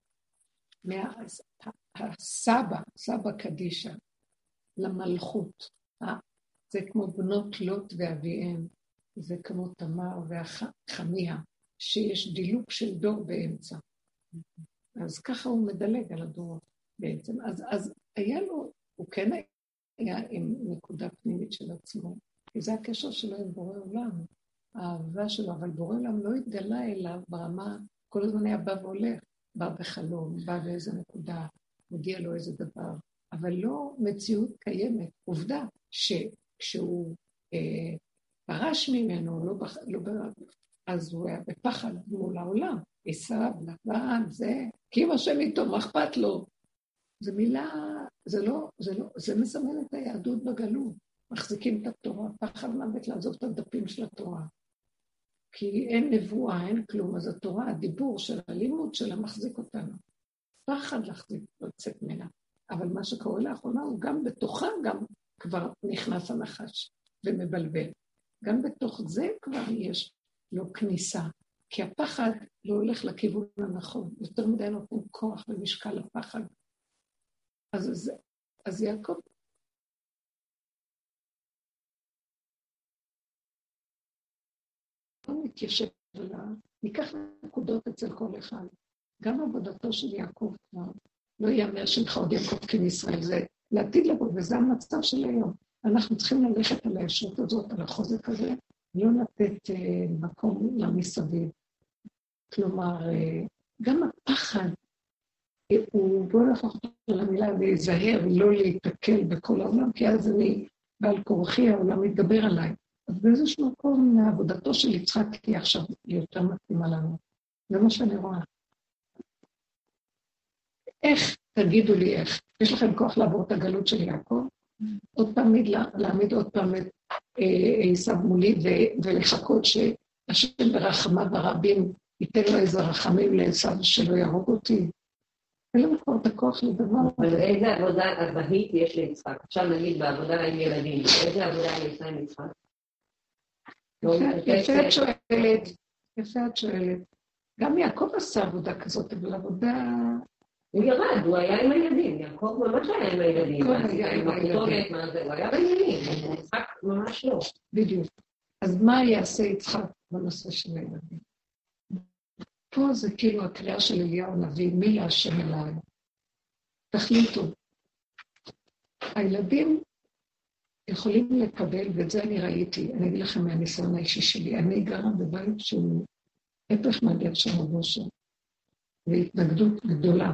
הסבא קדישה, למלכות. זה כמו בנות לוט ואביהם, זה כמו תמר והחמיה, שיש דילוק של דור באמצע. אז ככה הוא מדלג על הדור בעצם. אז היה לו, הוא כן היה עם נקודה פנימית של עצמו, כי זה הקשר שלו עם בורא עולם, האהבה שלו, אבל בורא עולם לא התגלה אליו ברמה, כל הזמן היה בא והולך, בא בחלום, בא באיזה נקודה, מגיע לו איזה דבר, אבל לא מציאות קיימת. עובדה שכשהוא פרש ממנו, אז הוא היה בפחד מול העולם, עשיו, לבן, זה, כי אם השם איתו, מה אכפת לו? זו מילה, זה מסמן את היהדות בגלות. מחזיקים את התורה, פחד מוות לעזוב את הדפים של התורה. כי אין נבואה, אין כלום, אז התורה, הדיבור של הלימוד שלה מחזיק אותנו. פחד להחזיק, לצאת ממנה. אבל מה שקורה לאחרונה הוא גם בתוכה, גם כבר נכנס הנחש ומבלבל. גם בתוך זה כבר יש לו כניסה, כי הפחד לא הולך לכיוון הנכון. יותר מדי נותנים כוח ומשקל לפחד. אז יעקב, מתיישב עליו, ניקח נקודות אצל כל אחד. גם עבודתו של יעקב כבר, לא יאמר שלך עוד יעקב כמישראל, זה לעתיד לבוא, וזה המצב של היום. אנחנו צריכים ללכת על הישרות הזאת, על החוזק הזה, לא לתת מקום למסביב. כלומר, גם הפחד, הוא בוא נפח על המילה להיזהר, לא להתקל בכל העולם, כי אז אני בעל כורחי, העולם מתגבר עליי. אז באיזשהו מקום מעבודתו של יצחק היא עכשיו יותר מתאימה לנו. זה מה שאני רואה. איך, תגידו לי איך, יש לכם כוח לעבור את הגלות של יעקב? עוד פעם להעמיד עוד פעם את עשיו מולי ולחכות שהשם ברחמיו הרבים ייתן לו איזה רחמים לעשיו שלא יהרוג אותי. אין לנו כבר את הכוח לדבר. אבל איזה עבודה אבהית יש ליצחק? עכשיו נגיד בעבודה עם ילדים, איזה עבודה יש עם יצחק? יפה את שואלת. גם יעקב עשה עבודה כזאת, אבל עבודה... הוא ירד, הוא היה עם הילדים, יעקב ממש היה עם הילדים. הוא היה עם הילדים. הוא היה בעניינים, יצחק ממש לא. בדיוק. אז מה יעשה יצחק בנושא של הילדים? פה זה כאילו הקריאה של אליהו הנביא, מי להשם אליי? תחליטו. הילדים יכולים לקבל, ואת זה אני ראיתי, אני אגיד לכם מהניסיון האישי שלי, אני גרה בבית שהוא הפך מהדרך של מבושר, והתנגדות גדולה.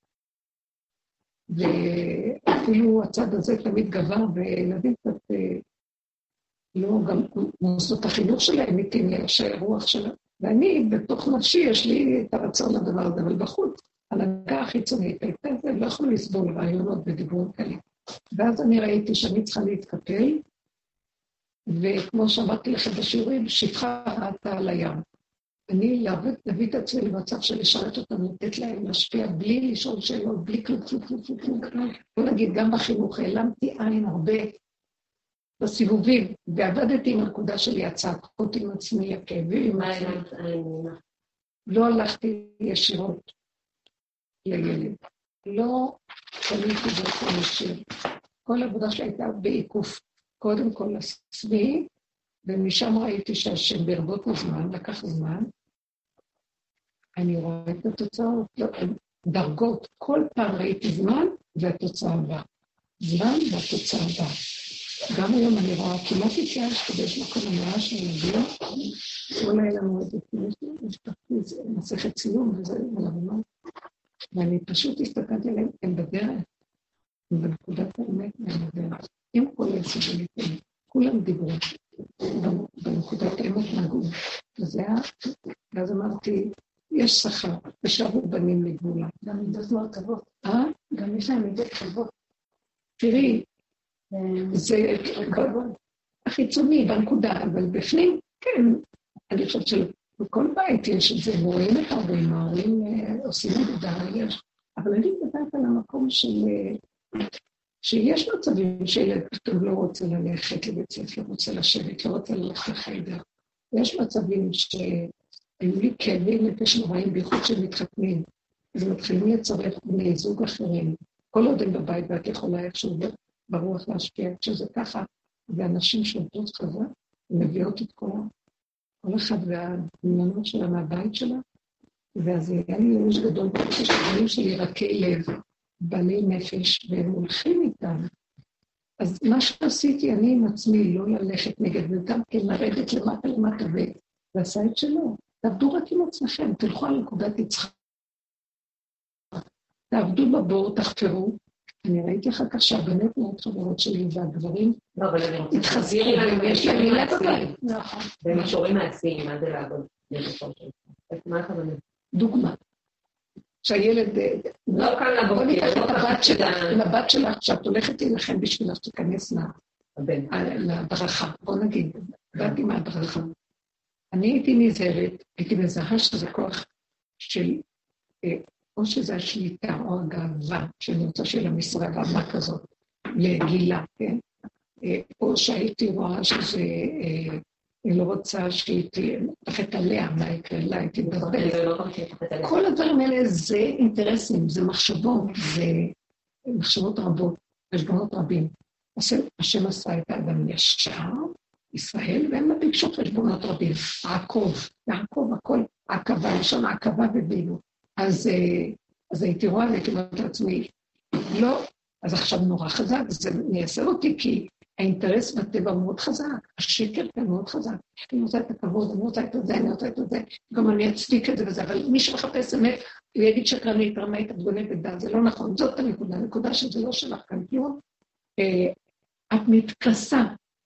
ואפילו הצד הזה תמיד גבר, וילדים קצת לא, גם מוסדות החינוך שלהם מתאים שהרוח שלהם. ואני, בתוך נפשי, יש לי את הרצון לדבר הזה, אבל בחוץ, הנהגה החיצונית, הייתה זה, לא יכולו לסבול רעיונות ודיבורים כאלה. ואז אני ראיתי שאני צריכה להתקפל, וכמו שאמרתי לכם בשיעורים, שפחה ראתה על הים. אני להביא את עצמי למצב של לשרת אותם, לתת להם להשפיע בלי לשאול שאלות, בלי כלום. בוא נגיד, גם בחינוך, העלמתי עין הרבה בסיבובים, ועבדתי עם הנקודה שלי, הצעקות עם עצמי, הכאבים עם עצמי. לא הלכתי ישירות לילד. לא פניתי באופן ישיר. כל העבודה שלי הייתה בעיקוף, קודם כל עצמי, ומשם ראיתי שהשם ברבות הזמן, לקח זמן, אני רואה את התוצאות, דרגות, כל פעם ראיתי זמן והתוצאה הבאה. זמן והתוצאה הבאה. גם היום אני רואה, כמעט התייאש כדי יש מקום הנראה של הילדים, כל היה לנו את זה, מסכת סיום וזה מלבמה, ואני פשוט הסתכלתי עליהם, הם בדרך, הם בנקודת האמת והם בדרך. עם כל הסבליתם, כולם דיברו, בנקודת האמת נגעו. ואז אמרתי, יש שכר, ושארו בנים לגבולה. גם מידות מאוד טובות. גם יש להם מידות טובות. תראי, זה החיצוני בנקודה, אבל בפנים, כן, אני חושבת שבכל בית יש את זה, רואים את ההורים, ההורים עושים עבודה, אבל אני מדברת על המקום שיש מצבים שילד פתאום לא רוצה ללכת לבית ספר, לא רוצה לשבת, לא רוצה ללכת לחדר. יש מצבים שהיו לי כאבים נפש נוראים, בייחוד שמתחתנים, אז מתחילים לצרף בני זוג אחרים. כל עוד הם בבית ואת יכולה איכשהו ברוח להשפיע, כשזה ככה, ואנשים שעובדות חזק, מביאות את כל אחד והדמיונות שלה מהבית שלה, ואז היה לי ייאוש גדול, שדברים שלי רכי לב, בעלי נפש, והם הולכים איתם. אז מה שעשיתי, אני עם עצמי, לא ללכת נגד, וגם כן לרדת למטה, ועשה את שלו. תעבדו רק עם עצמכם, תלכו על נקודת יצחק. תעבדו בבור, תחפרו. אני ראיתי אחר כך שהבנות מאוד חברות שלי והגברים התחזירו, ויש להם מילה בבית. במישורים מעשיים, מה זה לעבוד? מה אתה בנה? דוגמה. שהילד, לא כאן בוא ניקח את הבת שלך, שאת הולכת להילחם בשבילה שתיכנס לברכה. בוא נגיד, באתי מהברכה. אני הייתי נזהרת, הייתי מזהה שזה כוח של, או שזה השליטה או הגאווה שאני רוצה של המשרה והמה כזאת, לגילה, כן? או שהייתי רואה שזה, אני לא רוצה שהייתי תחת עליה, מה יקרה לה, הייתי מבזבז. כל הדברים האלה זה אינטרסים, זה מחשבות, זה מחשבות רבות, חשבונות רבים. השם עשה את האדם ישר, ישראל, והם ביקשו חשבונות רבים. יעקב, הכל, עקבה, לשון עקבה ובילו. אז הייתי רואה והייתי אומרת לעצמי, לא, אז עכשיו נורא חזק, זה מייסר אותי, כי האינטרס בטבע מאוד חזק, השקר כאן מאוד חזק. אני רוצה את הכבוד, אני רוצה את זה, אני רוצה את זה, גם אני אצדיק את זה וזה, אבל מי שמחפש אמת, הוא יגיד שקרנית, רמאית, את גונבת דעת, זה לא נכון, זאת הנקודה שזה לא שלך כאן, כלום. את מתכסה.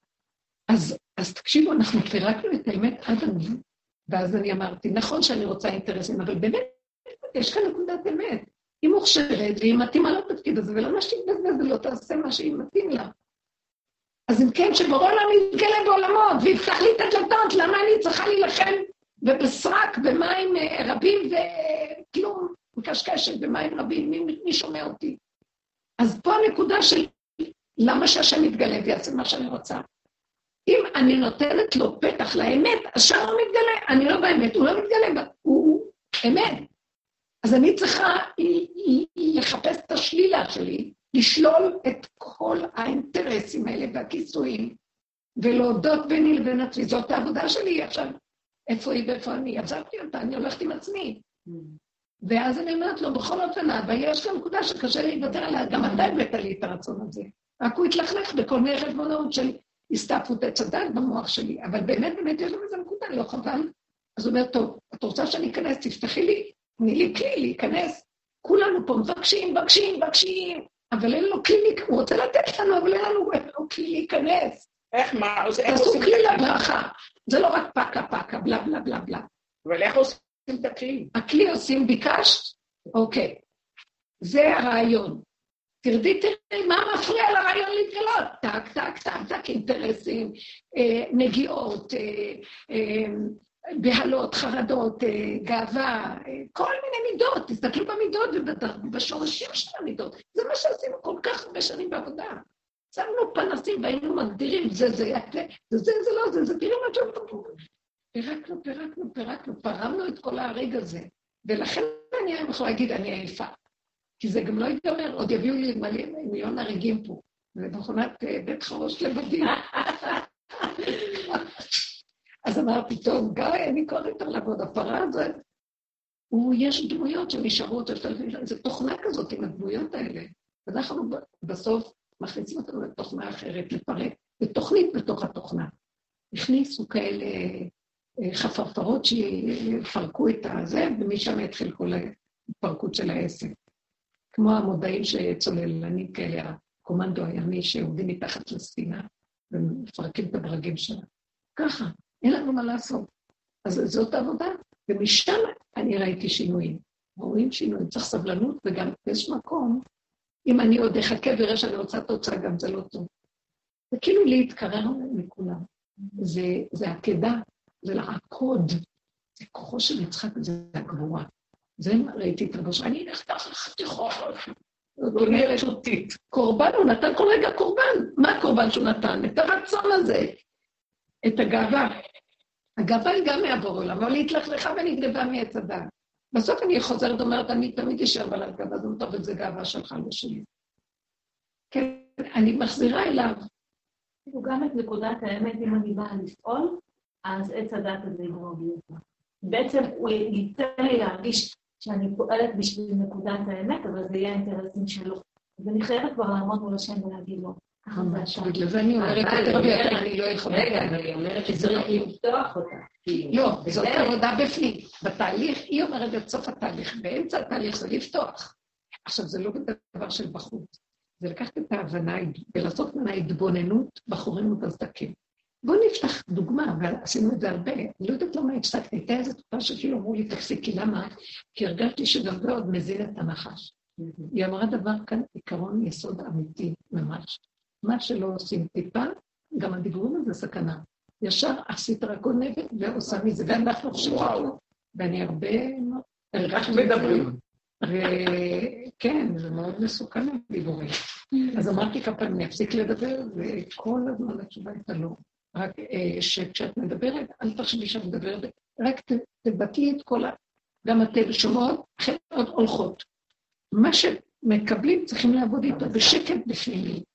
אז תקשיבו, אנחנו פירקנו את האמת עד הגבול, ואז אני אמרתי, נכון שאני רוצה אינטרסים, אבל באמת, יש כאן נקודת אמת. היא מוכשרת, והיא מתאימה לתפקיד הזה, ולמה שהתבזבז ולא תעשה מה שהיא מתאים לה. אז אם כן, שבורא עולם יתגלה בעולמות, ויפתח לי את הדלתות, למה אני צריכה להילחם ובסרק, במים רבים וכלום, מקשקשת במים רבים, מי שומע אותי? אז פה הנקודה של למה שהשם יתגלה ויעשה מה שאני רוצה. אם אני נותנת לו פתח לאמת, אז שם הוא מתגלה, אני לא באמת, הוא לא מתגלה, הוא אמת. אז אני צריכה לחפש את השלילה שלי, לשלול את כל האינטרסים האלה והכיסויים, ולהודות ביני לבין עצמי. זאת העבודה שלי עכשיו. איפה היא ואיפה אני? עזבתי אותה, אני הולכת עם עצמי. ואז אני אומרת לו, בכל אופן, ויש גם נקודה שקשה להיוותר עליה, גם אתה הבאת לי את הרצון הזה. רק הוא התלכלך בכל מיני חשבונות של הסתעפות הצדק במוח שלי, אבל באמת יש לנו איזה נקודה, לא חבל. אז הוא אומר, טוב, את רוצה שאני אכנס, תפתחי לי, תני לי כלי להיכנס. כולנו פה מבקשים, אבל אין לו כלי, הוא רוצה לתת לנו, אבל אין לנו כלי להיכנס. איך, מה? תעשו כלי לברכה. זה לא רק פקה, בלה בלה בלה בלה. אבל איך עושים את הכלי? הכלי עושים, ביקשת? אוקיי. זה הרעיון. תרדי, מה מפריע לרעיון להתגלות? טק, אינטרסים, נגיעות, בהלות, חרדות, גאווה, כל מיני מידות. תסתכלו במידות ובשורשים של המידות. זה מה שעשינו כל כך הרבה שנים בעבודה. שמנו פנסים והיינו מגדירים, זה לא זה, תראו מה שאנחנו... פירקנו, פרמנו את כל הרגע הזה. ולכן אני יכולה להגיד, אני עייפה. כי זה גם לא ייגמר, עוד יביאו לי מיליון הרגים פה. זה מכונת בית חרוש לבדים. אז אמרתי, טוב, גיא, אני כבר יותר לעבוד, הפרה הזאת, יש דמויות שנשארו אותו, זה תוכנה כזאת עם הדמויות האלה. ואנחנו בסוף מכניסים אותנו לתוכנה אחרת, לפרק. בתוכנית בתוך התוכנה. הכניסו כאלה חפרפרות שיפרקו את הזה, ומשם יתחיל כל ההתפרקות של העסק. כמו המודעים שצוללנים כאלה, הקומנדו הימי שעומדים מתחת לספינה, ומפרקים את הברגים שלה. ככה, אין לנו מה לעשות. אז זאת העבודה, ומשם אני ראיתי שינויים. רואים שינויים, צריך סבלנות, וגם יש מקום, אם אני עוד אחכה וראה שאני רוצה תוצאה, גם זה לא טוב. זה כאילו להתקרר מכולם. זה עקדה, זה לעקוד. זה כוחו של יצחק, זה הגבורה. זה ראיתי את רבוש, אני נחתך לחתיכות. זאת אומרת, קורבן, הוא נתן כל רגע קורבן. מה הקורבן שהוא נתן? את הרצון הזה, את הגאווה. הגאווה היא גם מהבור עולם, אבל היא התלכלכה ונגנבה מעץ הדעת. בסוף אני חוזרת ואומרת, אני תמיד אשאר על הגאווה, זה טוב, את זה גאווה שלך, לא שלי. כן, אני מחזירה אליו. גם את נקודת האמת, אם אני באה לפעול, אז עץ הדעת הזה יגרום לי. בעצם הוא ייתן לי להרגיש שאני פועלת בשביל נקודת האמת, אבל זה יהיה האינטרסים שלו. אז אני חייבת כבר לעמוד מול השם ולהגיד לו. בגלל זה אני אומרת, אני לא יכולה. רגע, אני אומרת שצריך לפתוח אותה. לא, זאת עבודה בפנים. בתהליך, היא אומרת את סוף התהליך, באמצע התהליך זה לפתוח. עכשיו, זה לא דבר של בחוץ. זה לקחת את ההבנה ולעשות ממנה התבוננות בחורים ובסדקים. בואו נפתח דוגמה, ועשינו את זה הרבה. אני לא יודעת למה הפסקתי, הייתה איזו תקופה שכאילו אמרו לי תפסיקי, למה? כי הרגשתי שגם זה עוד מזין את הנחש. היא אמרה דבר כאן, עיקרון יסוד אמיתי ממש. מה שלא עושים טיפה, גם הדיבורים הזה סכנה. ישר עשית רק עונבת ועושה מזה, ואנחנו חושבים, ואני הרבה רק מדברים. וכן, זה מאוד מסוכן הדיבורים. אז אמרתי כמה פעמים, אני אפסיק לדבר, וכל הזמן התשובה הייתה לא. רק שכשאת מדברת, אל תחשבי שאת מדברת, רק תבטלי את כל גם אתם שומעות, אחרות הולכות. מה שמקבלים צריכים לעבוד איתו בשקט בפנימי.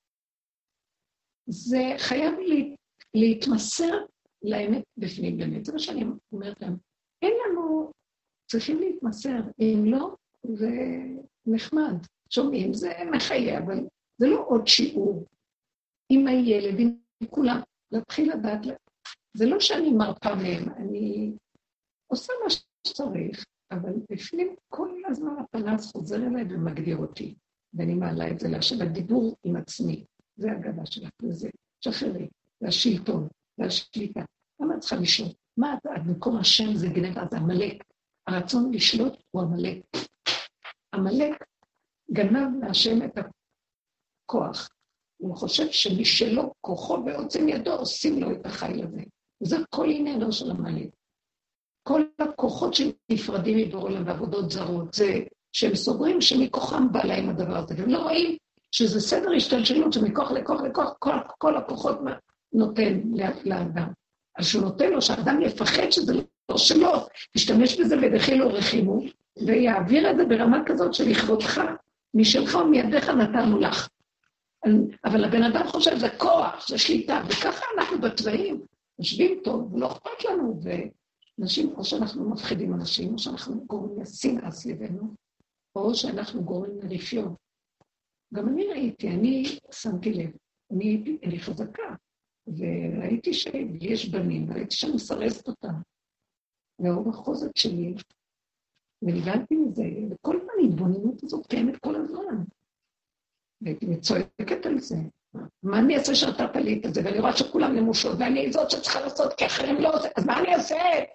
זה חייב להתמסר לאמת בפנים באמת. זה מה שאני אומרת להם. אין לנו, צריכים להתמסר, אם לא, זה נחמד. שומעים, זה מחיה, אבל זה לא עוד שיעור. עם הילד, עם כולם, להתחיל לדעת, זה לא שאני מרפה מהם, אני עושה מה שצריך, אבל בפנים כל הזמן הפנס חוזר אליי ומגדיר אותי, ואני מעלה את זה להשם, הדיבור עם עצמי, זה הגבה שלך, וזה שחררי, זה השלטון, זה השליטה. למה את צריכה לשלוט? מה את במקום השם זה גנבה, זה המלאק. הרצון לשלוט הוא המלאק. המלאק גנב להשם את הכוח. הוא חושב שמשלו כוחו ועוצם ידו עושים לו את החיל הזה. וזה כל עניינו של המלאק. כל הכוחות שנפרדים מבורא עולם ועבודות זרות, זה שהם סוגרים שמכוחם בא להם הדבר הזה. והם לא רואים שזה סדר השתלשלות שמכוח לכוח לכוח, כל הכוחות נותן לאדם. אז שהוא נותן לו שהאדם יפחד שזה לא שלו, ישתמש בזה ודחילו ורחימו, ויעביר את זה ברמה כזאת של לכבודך, משלך ומידיך נתנו לך. אבל הבן אדם חושב, זה כוח, זה שליטה, וככה אנחנו בצבעים, יושבים טוב, ולא אכפת לנו, ואנשים, או שאנחנו מפחידים אנשים, או שאנחנו גורמים לשנאה סביבנו, או שאנחנו גורמים לרפיון. גם אני ראיתי, אני שמתי לב, אני חזקה, וראיתי שיש בנים, וראיתי שאני מסרסת אותם, והאור החוזק שלי, ונגעתי מזה, וכל הזמן ההתבוננות הזאת קיימת כל הזמן. והייתי מצועקת על זה. מה אני אעשה שרתת לי את זה? ואני רואה שכולם נמושות, ואני זאת שצריכה לעשות, כי אחרים לא עושה, אז מה אני אעשה?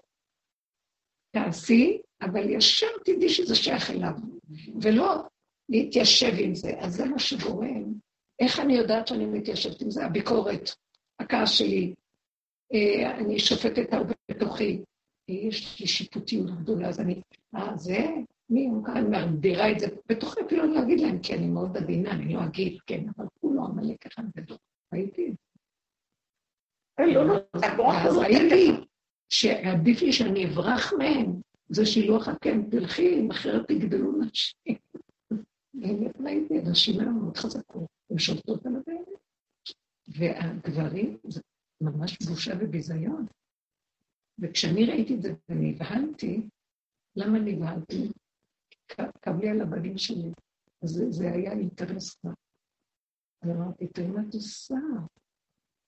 תעשי, אבל ישר תדעי שזה שייך אליו, ולא להתיישב עם זה. אז זה מה שגורם. איך אני יודעת שאני מתיישבת עם זה? הביקורת, הכעס שלי, אני שופטת הרבה בתוכי, יש לי שיפוטיות גדולה, אז אני, זה? מי מגדירה את זה? בתוכי אפילו אני לא אגיד להם, כי אני מאוד עדינה, אני לא אגיד, כן, אבל הוא לא המלאק אחד גדול. ראיתי? אז ראיתי שעדיף לי שאני אברח מהם, זה שילוח הכן, תלכי, אחרת תגדלו נשים. באמת ראיתי, הנשים האלה מאוד חזקות, הן שולטות על הדרך. והגברים, זה ממש בושה וביזיון. וכשאני ראיתי את זה ונבהלתי, למה נבהלתי? קב לי על הבנים שלי, אז זה היה אינטרס כבר. אז אמרתי, תראי מה את עושה?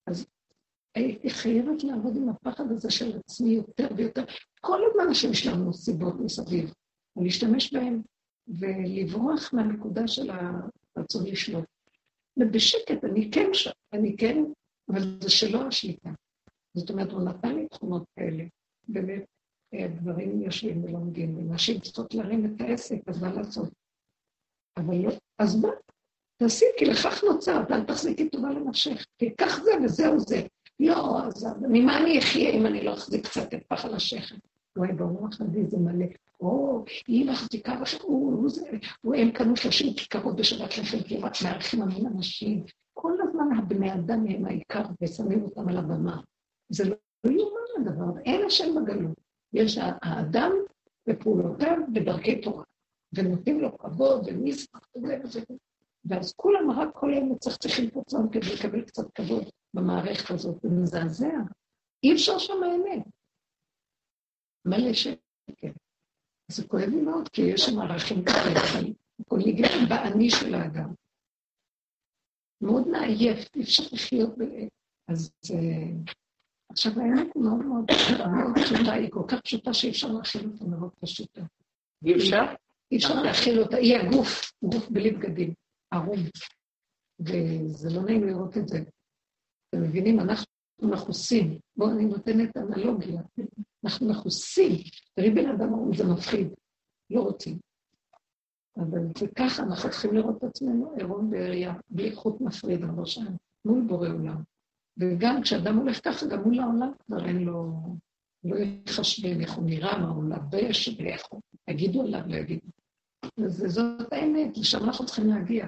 אז הייתי חייבת לעבוד עם הפחד הזה של עצמי יותר ויותר. כל הזמן השם שלנו סיבות מסביב, ולהשתמש בהם, ולברוח מהנקודה של הרצון לשלוט. ובשקט, אני כן, אבל זה שלא השליטה. זאת אומרת, הוא נתן לי תכונות כאלה. באמת, הדברים יושבים ולומדים, ונשים צריכות להרים את העסק, אז מה לעשות? אבל לא, אז מה? תעשי, כי לכך נוצרת, אל תחזיקי טובה לנפשך, כי כך זה וזהו זה. לא, אז ממה אני אחיה אם אני לא אחזיק קצת את פח על השכם? וואי, ברוח הזה זה מלא. היא מחזיקה, הם קנו 30 כיכרות בשבת לחם, כי מערכים המון אנשים. כל הזמן הבני אדם הם העיקר, ושמים אותם על הבמה. זה לא יאומן הדבר, אין השם בגלות. יש האדם בפעולותיו בדרכי תורה, ונותנים לו כבוד ומשחק וזה. ואז כולם רק כל היום מצחצחים את עצמם כדי לקבל קצת כבוד במערכת הזאת, ומזעזע. אי אפשר שם האמת. מלא שקט. זה כואב לי מאוד, כי יש שם ערכים כאלה, אבל הכל נגלה בעני של האדם. מאוד מעייף, אי אפשר לחיות אז עכשיו האמת היא מאוד מאוד פשוטה, היא כל כך פשוטה שאי אפשר להכיל אותה מאוד פשוטה. אי אפשר? אי אפשר להכיל אותה, היא הגוף, גוף בלי בגדים, ערום. וזה לא נעים לראות את זה. אתם מבינים, אנחנו מחוסים. בואו, אני נותנת אנלוגיה. אנחנו מחוסים. תראי בן אדם ערום, זה מפחיד. לא רוצים. אבל זה ככה, אנחנו צריכים לראות את עצמנו עירום בעירייה, בלי חוט מפריד על ראשם, מול בורא עולם. וגם כשאדם הולך ככה, גם מול העולם כבר אין לו, לא יחשבים איך הוא נראה, מה הוא לבש, ואיך הוא, יגידו עליו, לא יגידו. זאת האמת, לשם אנחנו צריכים להגיע.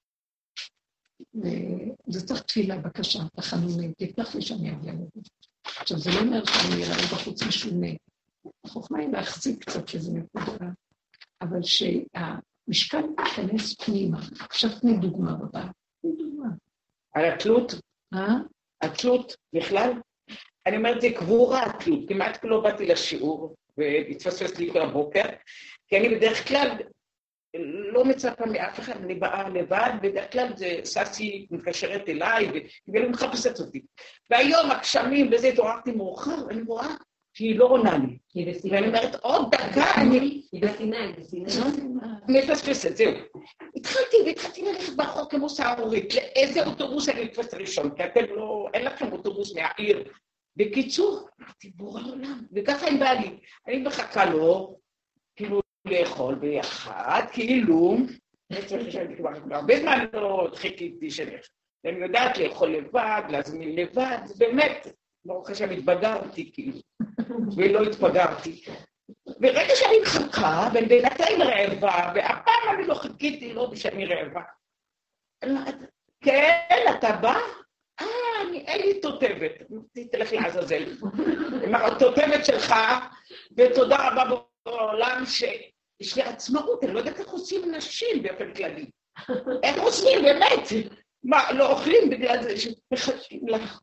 וזה צריך תפילה, בקשה, תחנונים, תפתח לי שאני אגיע לזה. עכשיו, זה לא אומר שאני אראה בחוץ משונה. החוכמה היא להחזיק קצת איזה נקודה, אבל שהמשקל ייכנס פנימה. עכשיו תני דוגמה בבא. תני דוגמה. על התלות? התלות בכלל? אני אומרת, זה קבורה התלות. כמעט לא באתי לשיעור, והתפספס לי כל הבוקר, כי אני בדרך כלל לא מצפה מאף אחד, אני באה לבד, בדרך כלל זה ססי מתקשרת אליי, והיא מחפשת אותי. והיום הגשמים וזה התעוררתי מאוחר, ואני רואה שהיא לא עונה לי. ואני אומרת, עוד דקה אני... היא בסיני. מפספסת, זהו. והתחלתי ללכת ברחוב כמו סערורית, לאיזה אוטובוס אני מתפסת ראשון, כי אתם לא, אין לכם אוטובוס מהעיר. בקיצור, אמרתי, בורא עולם, וככה היא באה לי. אני מחכה לו, כאילו לאכול ביחד, כאילו, הרבה זמן לא חיכיתי שאני יודעת לאכול לבד, להזמין לבד, זה באמת, ברוך השם התבגרתי כאילו, ולא התפגרתי. ורגע שאני מחכה, בינתיים רעבה, והפעם אני לא חיכיתי, לא שאני רעבה. כן, אתה בא? אין לי תותבת, תלך לעזאזל. עם התותבת שלך, ותודה רבה בעולם שיש לי עצמאות, אני לא יודעת איך עושים נשים באופן כללי. איך עושים, באמת? מה, לא אוכלים בגלל זה שמחכים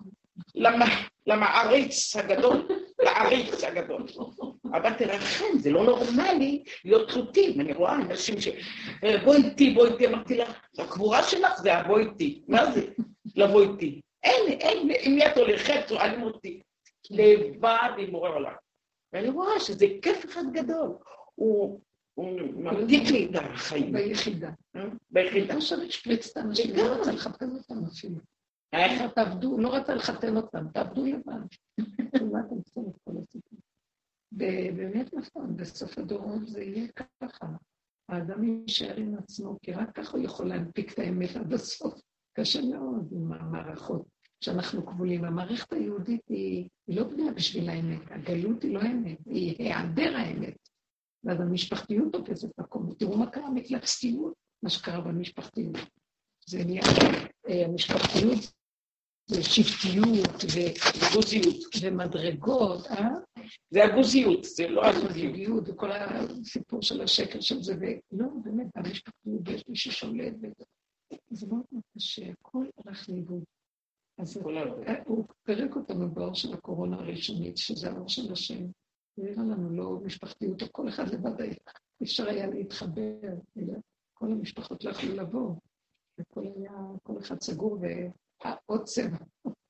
למעריץ הגדול, לעריץ הגדול. אבל תרחם, זה לא נורמלי להיות תלותים. אני רואה אנשים בוא איתי, אמרתי לה, הקבורה שלך זה הבוא איתי. מה זה? לבוא איתי. אין, אם יד הולכת, שואלים אותי. לבד עם בורא עולם. ואני רואה שזה כיף אחד גדול. הוא ממתיק לי את החיים. ביחידה. ביחידה. לא שווה שפריץ את האנשים, לא רצה לחתן אותם אפילו. איך תעבדו, לא רצה לחתן אותם, תעבדו לבד. מה אתם צריכים את כל הסיפור? באמת נכון, בסוף הדורות זה יהיה ככה. האדם יישאר עם עצמו, כי רק ככה הוא יכול להנפיק את האמת עד הסוף. קשה מאוד עם המערכות שאנחנו כבולים. המערכת היהודית היא לא בנויה בשביל האמת. הגלות היא לא האמת, היא היעדר האמת. ואז המשפחתיות תופסת מקום. תראו מה קרה מפלצתיות, מה שקרה במשפחתיות. זה נהיה, המשפחתיות זה שבטיות וגוזיות. ומדרגות, זה הגוזיות, זה לא הזוגיות, וכל הסיפור של השקר של זה, ולא, באמת, המשפחתיות, יש מי ששולט, זה מאוד קשה, הכל הלך לאיבוד. אז הוא פרק אותנו באור של הקורונה הראשונית, שזה האור של השם. הוא הראה לנו לא משפחתיות, או כל אחד לבד היה. אפשר היה להתחבר, כל המשפחות לא יכלו לבוא, וכל אחד סגור ועוד צבע.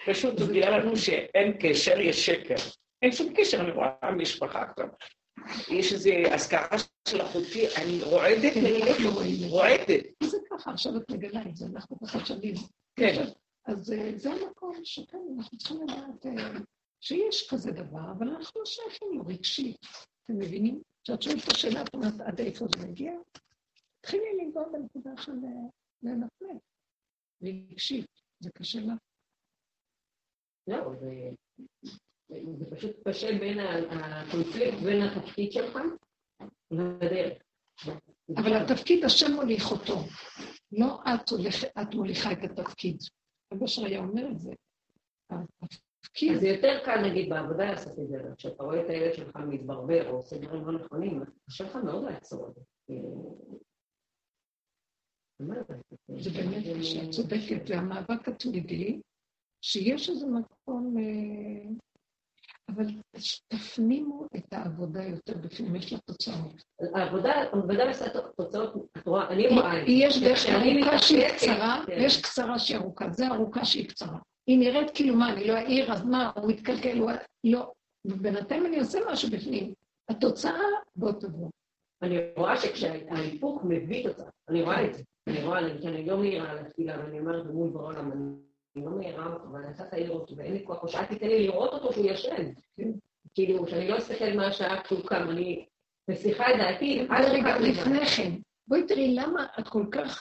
פשוט הוא גילה לנו שאין קשר, יש שקר. אין שום קשר, אני רואה המשפחה עכשיו. יש איזו הזכרה של אחותי, אני רועדת, רועדת. זה ככה, עכשיו את מגלה את זה, אנחנו פחות שנים. כן. אז זה המקום שכן, אנחנו צריכים לדעת שיש כזה דבר, אבל אנחנו לא שייכים לו רגשי. אתם מבינים? כשאת שואלת את השאלה, את אומרת, עד איפה זה מגיע? תתחילי לנגוע בנקודה של לנפלט. רגשית, זה קשה לך. לא, זה פשוט קשה בין הקונפליקט בין התפקיד שלך לדרך. אבל התפקיד השם מוליך אותו. לא את מוליכה את התפקיד. אבא שריה אומר את זה. התפקיד... זה יותר קל, נגיד, בעבודה לעשות את זה, כשאתה רואה את הילד שלך מתברבר או עושה דברים לא נכונים, קשה לך מאוד לעצור את זה. זה באמת קשה, צודקת, והמאבק התמידי, שיש איזה מקום, אבל תפנימו את העבודה יותר בפנים, יש לה תוצאות. העבודה עושה תוצאות, אני רואה את זה. יש דרך ארוכה שהיא קצרה, ויש קצרה שהיא ארוכה, זה ארוכה שהיא קצרה. היא נראית כאילו מה, אני לא אעיר, אז מה, הוא יתקלקל, הוא לא. ובינתיים אני עושה משהו בפנים. התוצאה בוא תבוא. אני רואה שכשההיפוך מביא תוצאה, אני רואה את זה. אני לא מהירה על התפילה, ואני אומרת מול בעולם, אני לא מהירה אותו, אבל אני עושה את העירות, ואין לי כוח, או שאל תיתן לי לראות אותו שהוא ישן. כאילו, שאני לא אסתכל מה השעה כשהוא קם, אני מסיחה את דעתי. רגע, לפני כן, בואי תראי למה את כל כך,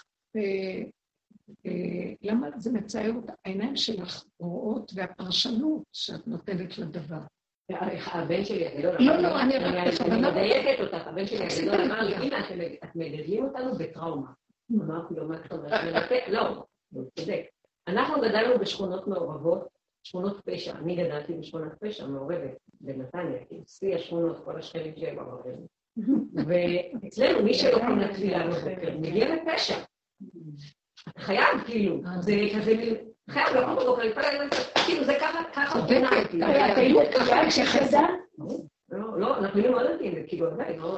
למה זה מצייר אותה, העיניים שלך רואות, והפרשנות שאת נותנת לדבר. הבן שלי הגדול, לא, אני מדייקת אותך, הבן שלי הגדול אמר לי, הנה, את מגדלים אותנו בטראומה. אמרתי לו, מה כתוב? לא, הוא צודק. אנחנו גדלנו בשכונות מעורבות, שכונות פשע. אני גדלתי בשכונת פשע מעורבת בנתניה, שיא השכונות, כל השכנים שהם מעורבים. ואצלנו, מי שלא קם לתפילה בבוקר, מגיע לפשע. אתה חייב, כאילו, זה כזה, חייב לקום בבוקר, כאילו, זה ככה, אתה היו ככה כשחזר? לא, אנחנו היינו מאוד עדים, כאילו,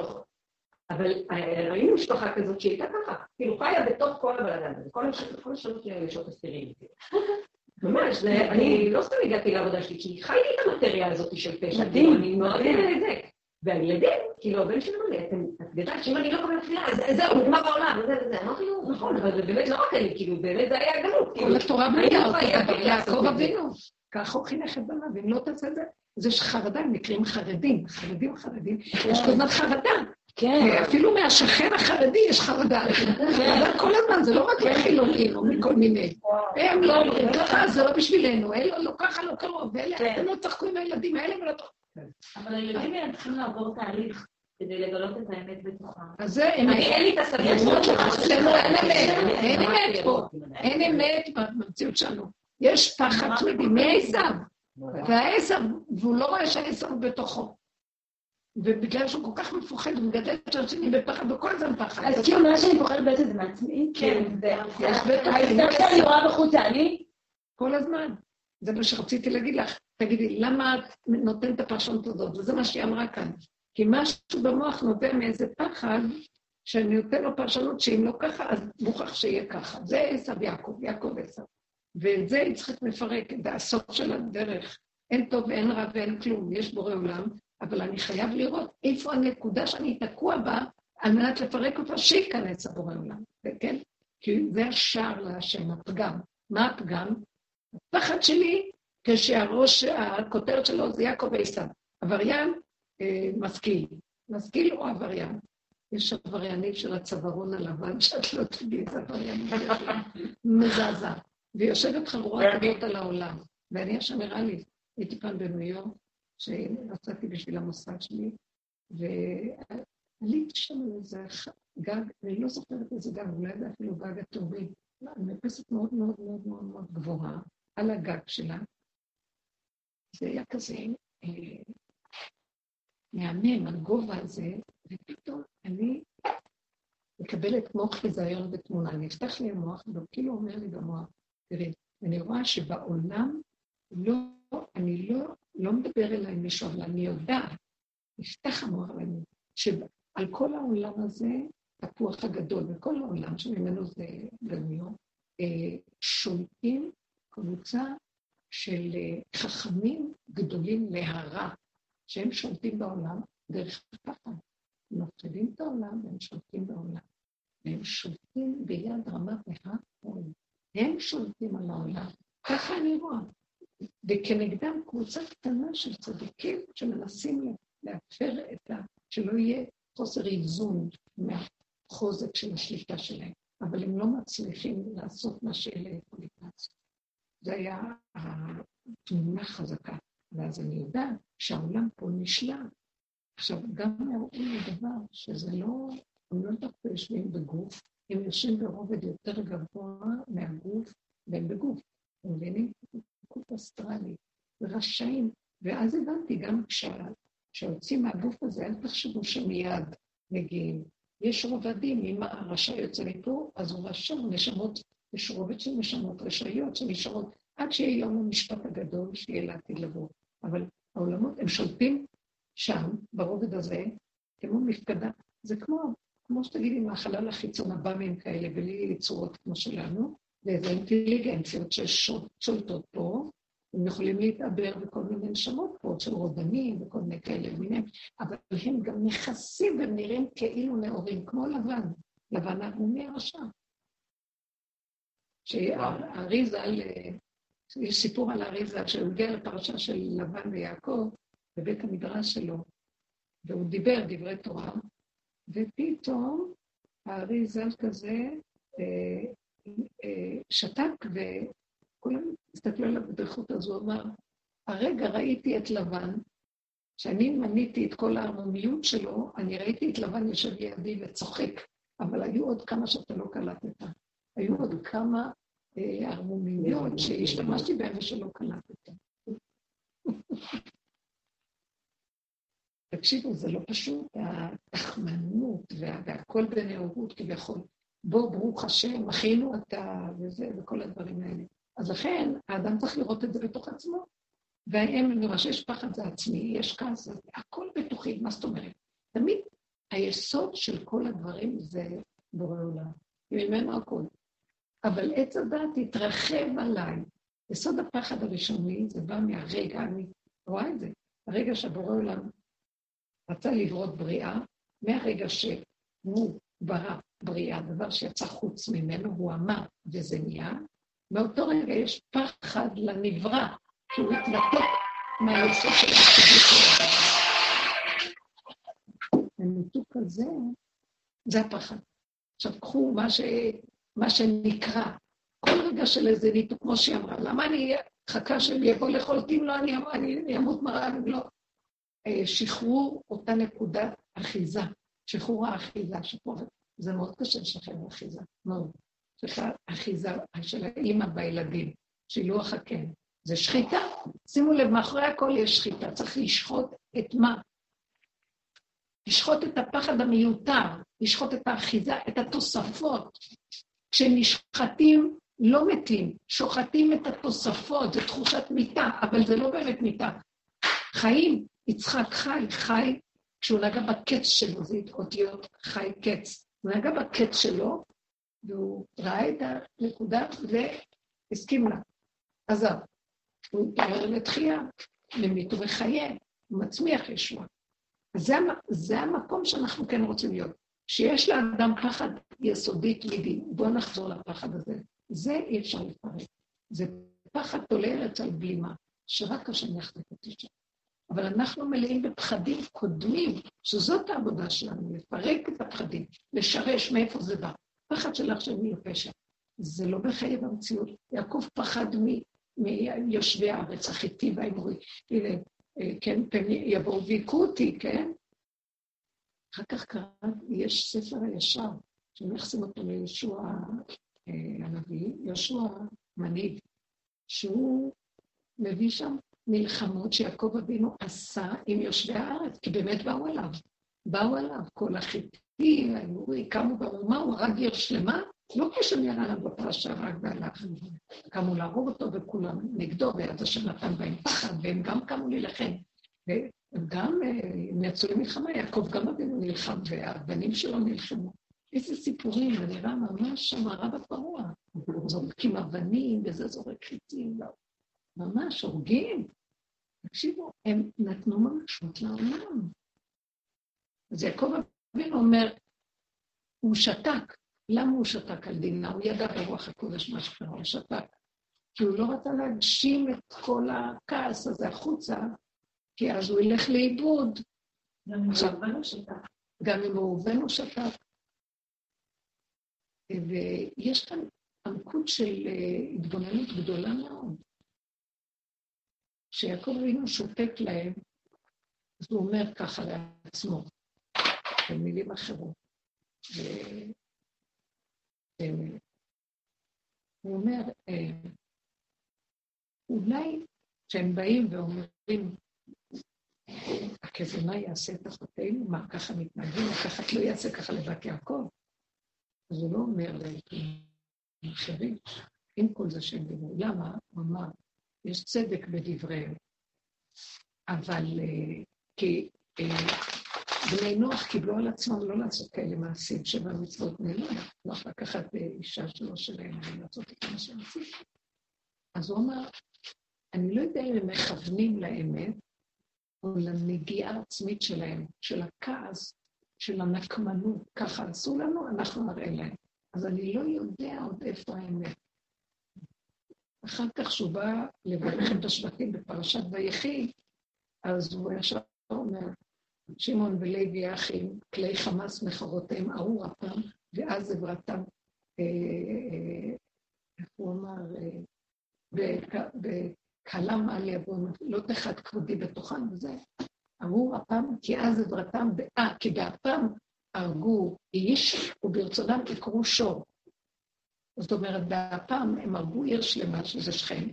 אבל ראינו משפחה כזאת שהייתה ככה, כאילו חיה בתוך כל הבלגן הזה, כל השנות לשעות הסטירילית. ממש, אני לא סתם הגעתי לעבודה שלי, כי חייתי את המטריה הזאת של פשע, אני מאוד אוהבת את זה. והילדים, כאילו, הבן שלנו, את יודעת שאם אני לא קובעת תפילה, אז זהו, נגמר בעולם, וזה, אמרתי לו, נכון, אבל זה באמת לא רק אני, כאילו, באמת זה היה גלות. כל התורה בנתה אותה, יעקב אבינו. ככה הוא חינך את בניו, ואם לא תעשה את זה, זה חרדה, הם נקראים חרדים, יש כל הזמן חרדה. אפילו מהשכן החרדי יש חרדה. כל הזמן, זה לא רק לחילונים או מכל מיני. הם לא אומרים, ככה, זה לא בשבילנו, אלה לא ככה, לא קרוב, ואלה לא צחקו עם הילדים, האלה ולא צחקו. אבל הילדים האלה צריכים לעבור תהליך כדי לגלות את האמת בתוכם. אז זה אמת. אין לי את הסבלנות שלך. אין אמת פה. אין אמת במציאות שלנו. יש פחד תמידי מעשיו. והעשיו, והוא לא רואה שהעשיו בתוכו. ובגלל שהוא כל כך מפוחד, הוא מגדל את השני בפחד, וכל הזמן פחד. אז כאילו מה שאני פוחד בעצם זה מעצמי? כן. ההסתר שאני רואה בחוץ, אני? כל הזמן. זה מה שרציתי להגיד לך. תגידי, למה את נותנת את הפרשנות הזאת? וזה מה שהיא אמרה כאן. כי משהו במוח נותן מאיזה פחד, שאני נותן לו פרשנות שאם לא ככה, אז מוכח שיהיה ככה. זה עשיו יעקב עשיו. ואת זה היא צריכה לפרק, את הסוף של הדרך. אין טוב ואין רע ואין כלום, יש בורא עולם, אבל אני חייב לראות איפה הנקודה שאני תקוע בה, על מנת לפרק אותה, שייכנס הבורא עולם. כן? כי זה השער להשם, הפגם. מה הפגם? הפחד שלי, כשהראש, הכותרת שלו זה יעקב עשיו. עבריין, משכיל או עבריין? יש עבריינים של הצווארון הלבן, שאת לא תגידי, זה עבריינים מזעזע. ויושבת חבורה כזאת על העולם. ואני עכשיו נראה לי, הייתי פעם בניו יורק, שנסעתי בשביל המוסד שלי, ועליתי שם איזה גג, אני לא זוכרת איזה גג, אולי זה אפילו גג הטובי, מפסת מאוד מאוד מאוד מאוד מאוד גבוהה, על הגג שלה. זה היה כזה מהמם, הגובה הזה, ופתאום אני מקבלת כמו חיזיון בתמונה, אני אפתח לי המוח, וכאילו אומר לי במוח, תראי, אני רואה שבעולם אני לא מדבר אליי מישהו, אבל אני יודעת, נפתח המוח עלינו, שעל כל העולם הזה, הפוח הגדול, וכל העולם שממנו זה גדול, שולטים קבוצה של חכמים גדולים להרע, שהם שולטים בעולם דרך הפחד. הם מפחידים את העולם והם שולטים בעולם. והם שולטים ביד רמה והכל. הם שולטים על העולם. ככה אני רואה. וכנגדם קבוצה קטנה של צדיקים שמנסים להפר שלא יהיה חוסר איזון מהחוזק של השליטה שלהם. אבל הם לא מצליחים לעשות מה שאלה יכולים לעשות. זה היה התמונה חזקה. ואז אני יודעת שהעולם פה נשלט. עכשיו, גם הראו לי דבר שזה לא, הם לא דווקא יושבים בגוף, הם יושבים ברובד יותר גבוה מהגוף, והם בגוף. הם מבינים גוף אסטרלי, ורשעים. ואז הבנתי גם כשהוצאים מהגוף הזה, אל תחשבו שמיד מגיעים. יש רובדים, אם הרשע יוצא מפה, אז הוא רשע, נשמות, יש רובד של נשמות רשעיות שנשארות, עד שיהיה יום המשפט הגדול שיהיה לעתיד לבוא. אבל העולמות, הם שולטים שם, ברובד הזה, כמו מפקדה. זה כמו שתגידי מהחלל החיצון הבא מהם כאלה, בלי צורות כמו שלנו, ואיזה אינטליגנציות ששולטות פה, הם יכולים להתעבר בכל מיני נשמות פה, של רודנים וכל מיני כאלה מיניהם, אבל הם גם נכסים והם נראים כאילו נאורים, כמו לבן, לבן הרומי הרשע. שהאריזה, יש סיפור על האריזה, שהוא הגיע לפרשה של לבן ויעקב, בבית המדרש שלו, והוא דיבר דברי תורה, ופתאום האריזה כזה שתק וכולם הסתכלו עליו בדרכות הזו, הוא אמר, הרגע ראיתי את לבן, שאני מניתי את כל ההרמוניות שלו, אני ראיתי את לבן יושב לידי וצוחק, אבל היו עוד כמה שאתה לא קלטת. היו עוד כמה הרמוניות שהשתמשתי בהם ושלא קלטת. תקשיבו, זה לא פשוט, התחמנות והכל בנאורות כביכול. בוא, ברוך השם, אחינו אתה וזה וכל הדברים האלה. אז לכן, האדם צריך לראות את זה בתוך עצמו. והאם נראה שיש פחד זה עצמי, יש כעס, הכל בתוכי, מה זאת אומרת? תמיד היסוד של כל הדברים זה בורא עולם. ממנו הכל. אבל עץ הדעת התרחב עליי. יסוד הפחד הראשוני, זה בא מהרגע, אני רואה את זה, הרגע שבורא עולם רצה לברות בריאה, מהרגע שהוא ברא בריאה, דבר שיצא חוץ ממנו, הוא אמר, וזה נהיה, מאותו רגע יש פחד לנברא, שהוא מתנתק מהיסוד של הפחד. הניתוק הזה, זה הפחד. עכשיו, קחו מה שנקרא, כל רגע של איזה ניתוק, כמו שהיא אמרה, למה אני חכה שאני יבוא לחולטים לו, אני אמות מראה ולא. שחרור אותה נקודת אחיזה, שחרור האחיזה, זה מאוד קשה לשחרר אחיזה, מאוד. שחרר אחיזה של האמא בילדים, שילוח הקן, זה שחיטה. שימו לב, מאחורי הכל יש שחיטה, צריך לשחוט את מה? לשחוט את הפחד המיותר, לשחוט את האחיזה, את התוספות. כשנשחטים לא מתים, שוחטים את התוספות, זה תחושת מיטה, אבל זה לא באמת מיטה. חיים, יצחק חי, כשהוא נגע בקץ שלו, זה אותיות חי קץ, הוא נגע בקץ שלו, והוא ראה את הנקודה והסכים לה. עזב, הוא התאר לתחייה, ממיתו וחיה, הוא מצמיח ישוע. זה המקום שאנחנו כן רוצים להיות. שיש לאדם פחד יסודי תמידי, בואו נחזור לפחד הזה. זה אי אפשר לפרק. זה פחד תולה ארץ על בלימה, שרק השם יחזק אותי שם. אבל אנחנו מלאים בפחדים קודמים, שזאת העבודה שלנו, לפרק את הפחדים, לשרש מאיפה זה בא. פחד שלך של מי הפשע. זה לא בחיי במציאות. יעקב פחד מיושבי הארץ, החיתי והאמורי. כן, יבואו ויקו אותי, כן? אחר כך קראת, יש ספר הישר, שמייחסים אותו לישוע הנביא, יהושע מנהיג, שהוא מביא שם מלחמות שיעקב אבינו עשה עם יושבי הארץ, כי באמת באו אליו, כל החיטים, האמורי, קמו באומה, הוא הרג עיר שלמה, לא כשנראה לנו בפרשה רק והלך, קמו להרוג אותו וכולם נגדו, ואז השם נתן בהם פחד, והם גם קמו להילחם, והם גם יצאו למלחמה, יעקב גם אבינו נלחם, והבנים שלו נלחמו. איזה סיפורים, זה נראה ממש המערב הפרוע, זורקים אבנים, וזה זורק חיטים, ממש הורגים. תקשיבו, הם נתנו ממשות לעולם. אז יעקב אבינו אומר, הוא שתק. למה הוא שתק על דינה? הוא ידע ברוח הקודש מה שקרה, הוא שתק. כי הוא לא רצה להגשים את כל הכעס הזה החוצה, כי אז הוא ילך לאיבוד. גם אם ראובן הוא שתק. גם אם ראובן הוא שתק. ויש כאן עמקות של התבוננות גדולה מאוד. כשיעקב אבינו שותק להם, אז הוא אומר ככה לעצמו, במילים אחרות. הוא אומר, אולי כשהם באים ואומרים, הכזונה יעשה את אחותינו, מה ככה מתנהגים, ככה לא יעשה ככה לבת יעקב. אז הוא לא אומר לאחרים, עם כל זה שהם דיברו. למה? הוא אמר, יש צדק בדבריהם, אבל כי בני נוח קיבלו על עצמם לא לעשות כאלה מעשים, 7 מצוות בני נוח, לא לקחת אישה שלו שלהם ולעשות את מה שהם עושים. אז הוא אמר, אני לא יודע אם הם מכוונים לאמת, או לנגיעה העצמית שלהם, של הכעס, של הנקמנות, ככה עשו לנו, אנחנו נראה להם. אז אני לא יודע עוד איפה האמת. אחר כך שהוא בא לברך את השבטים בפרשת ויחי, אז הוא ישר אומר, שמעון ולוי אחים, כלי חמאס מחרותיהם ארור הפעם, ואז עברתם, איך הוא אמר, בקלם על יבון, לא תחת כבודי בתוכן, וזה ארור הפעם, כי אז עברתם, כי בהפעם הרגו איש, וברצונם יקרו שור. זאת אומרת, בהפעם הם הרגו עיר שלמה, שזה שכם,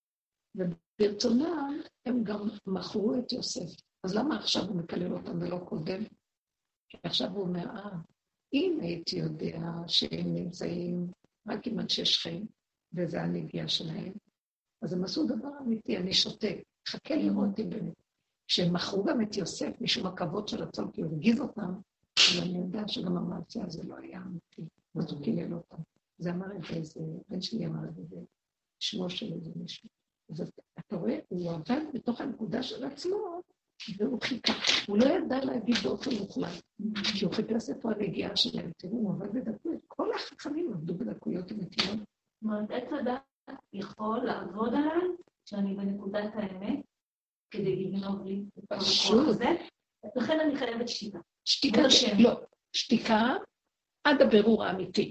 וברצונם הם גם מכרו את יוסף. אז למה עכשיו הוא מקלל אותם ולא קודם? כי עכשיו הוא אומר, אם הייתי יודע שהם נמצאים רק עם אנשי שכם, וזה הנגיעה שלהם, אז הם עשו דבר אמיתי, אני שותק, חכה לראות אם באמת. כשהם מכרו גם את יוסף, משום הכבוד של הצום, כי הוא הרגיז אותם, אבל אני יודע שגם המעשה הזה לא היה אמיתי, אז הוא קילל אותם. זה אמר את זה, איזה בן שלי אמר את זה, שמו של איזה מישהו. אז אתה רואה, הוא עבד בתוך הנקודה של עצמו, והוא חיכה. הוא לא ידע להגיד באופן מוחלט, כי הוא חיפש איפה הנגיעה שלהם. תראו, הוא עבד בדקויות. כל החכמים עבדו בדקויות אמיתיות. זאת אומרת, עץ הדת יכול לעבוד עליי, שאני בנקודת האמת, כדי לגנוב לי את כל הכוח הזה. לכן אני חייבת שתיקה. שתיקה, לא. שתיקה עד הבירור האמיתי.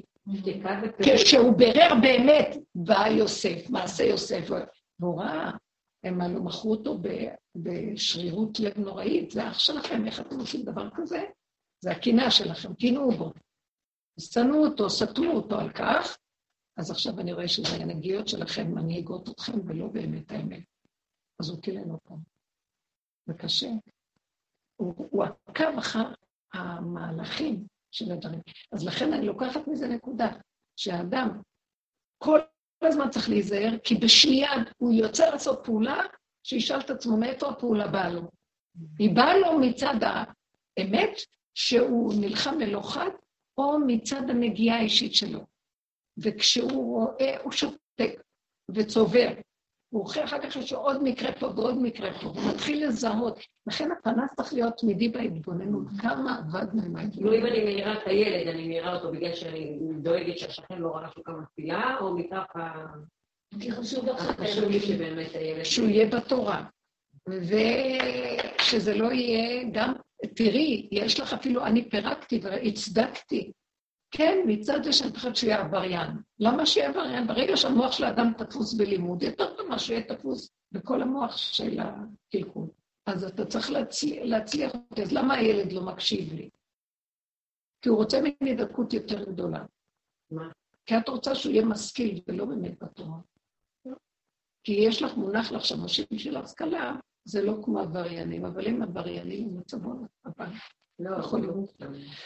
כשהוא ברר באמת, בא יוסף, מעשה יוסף, והוא ראה, הם לא מכרו אותו בשרירות לב נוראית, זה אח שלכם, איך אתם עושים דבר כזה? זה הקינה שלכם, קינו בו. סתנו אותו, סתמו אותו על כך, אז עכשיו אני רואה שזה הנגיעות שלכם מנהיגות אתכם ולא באמת האמת. אז הוא קילל אותם. זה קשה. הוא עקב אחר המהלכים של הדברים. אז לכן אני לוקחת מזה נקודה, שהאדם כל הזמן צריך להיזהר, כי בשנייה הוא יוצא לעשות פעולה, שישאל את עצמו מאיפה הפעולה באה לו. היא באה לו מצד האמת, שהוא נלחם ללא חד, או מצד הנגיעה האישית שלו. וכשהוא רואה, הוא שותק וצובר. הוא אוכל אחר כך יש עוד מקרה פה ועוד מקרה פה, הוא מתחיל לזהות. לכן הפנס צריך להיות תמידי בהתבוננות, כמה עבדנו עם ההתבוננות. אם אני מאירה את הילד, אני מאירה אותו בגלל שאני דואגת שהשכן לא ראה שהוא כמה תפילה, או מתוך כי חשוב לי שבאמת הילד... שהוא יהיה בתורה, ושזה לא יהיה גם, תראי, יש לך אפילו, אני פירקתי והצדקתי, כן, מצד זה שאני חושבת שהוא יהיה עבריין. למה שיהיה עבריין? ברגע שהמוח של האדם תפוס בלימוד, יותר טוב מה שיהיה תפוס בכל המוח של הקלקול. אז אתה צריך להצליח אותי, אז למה הילד לא מקשיב לי? כי הוא רוצה ממני דקות יותר גדולה. מה? כי את רוצה שהוא יהיה משכיל ולא באמת בתורה. כי יש לך מונח לך שהמשים של השכלה, זה לא כמו עבריינים, אבל הם עבריינים הם מצבון הבא. לא, יכול להיות.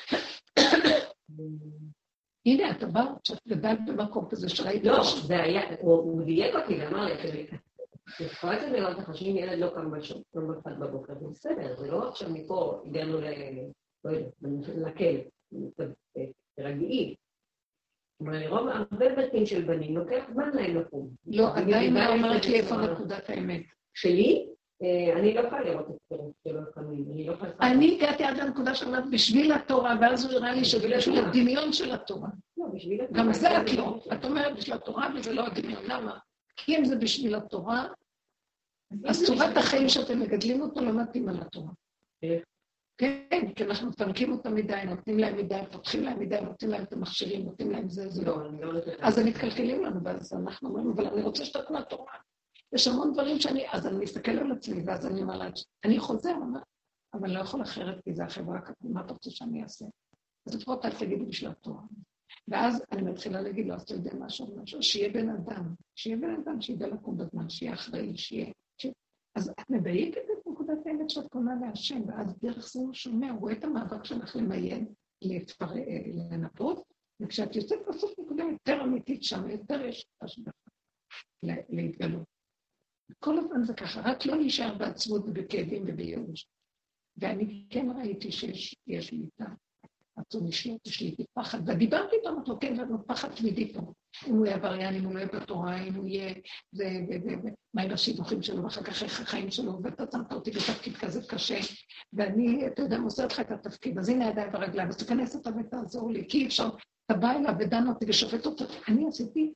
הנה, אתה בא, שאת גדל במקום כזה שראית... לא, זה היה, הוא דייק אותי ואמר לי, אני יכולה את זה לראות לך שאם ילד לא קם בשום, לא מפת בבוקר, זה בסדר, זה לא עכשיו מפה הגענו לכלא, תרגעי. אבל לרוב הרבה בתים של בנים לוקח זמן להם לקום. לא, עדיין לא אמרת לי איפה נקודת האמת. שלי? אני לא יכולה לראות את פירוש שלא קמים. אני הגעתי עד הנקודה שאומרת בשביל התורה, ואז הוא הראה לי שבשביל הדמיון של התורה. גם זה את לא. את אומרת בשביל התורה וזה לא הדמיון. למה? כי אם זה בשביל התורה, אז צורת החיים שאתם מגדלים אותו לא מתאים על התורה. כן, כי אנחנו מפנקים אותם מדי, נותנים להם מדי, פותחים להם מדי, נותנים להם את המכשירים, נותנים להם זה לא. אז הם מתקלקלים לנו, ואז אנחנו אומרים, אבל אני רוצה שתקנו התורה. יש המון דברים אז אני מסתכל על עצמי, ואז אני אומר לה, אני חוזר, אבל לא יכול אחרת, כי זה החברה, מה אתה רוצה שאני אעשה? אז לפחות אל תגידי בשביל התורה. ואז אני מתחילה להגיד לו, אז אתה יודע משהו, שיהיה בן אדם, שידע לקום בזמן, שיהיה אחראי, אז את מדייקת את נקודת האמת שאת קונה להשם, ואז דרך זה הוא שומע, הוא רואה את המאבק שלך למיין, לנפות, וכשאת יוצאת בסוף נקודה יותר אמיתית שם, יותר יש השבחה להתגלות. כל הזמן זה ככה, רק לא נשאר בעצבות ובכאבים ובייאוש. ואני כן ראיתי שיש לי איתה, רצון לשלוט, יש לי איתי פחד, ודיברתי איתו, אמרתי לו, כן, ואנחנו פחד תמידי פה. אם הוא יהיה עבריין, אם הוא לא יהיה בתורה, אם הוא יהיה, מה עם השידוכים שלו, ואחר כך איך החיים שלו, ואתה שמת אותי בתפקיד כזה קשה, ואני, אתה יודע, מוסר לך את התפקיד, אז הנה הידיים ברגליים, אז תכנס אותה ותעזור לי, כי אי אפשר, אתה בא אליו ודן אותי ושופט אותה, אני עשיתי.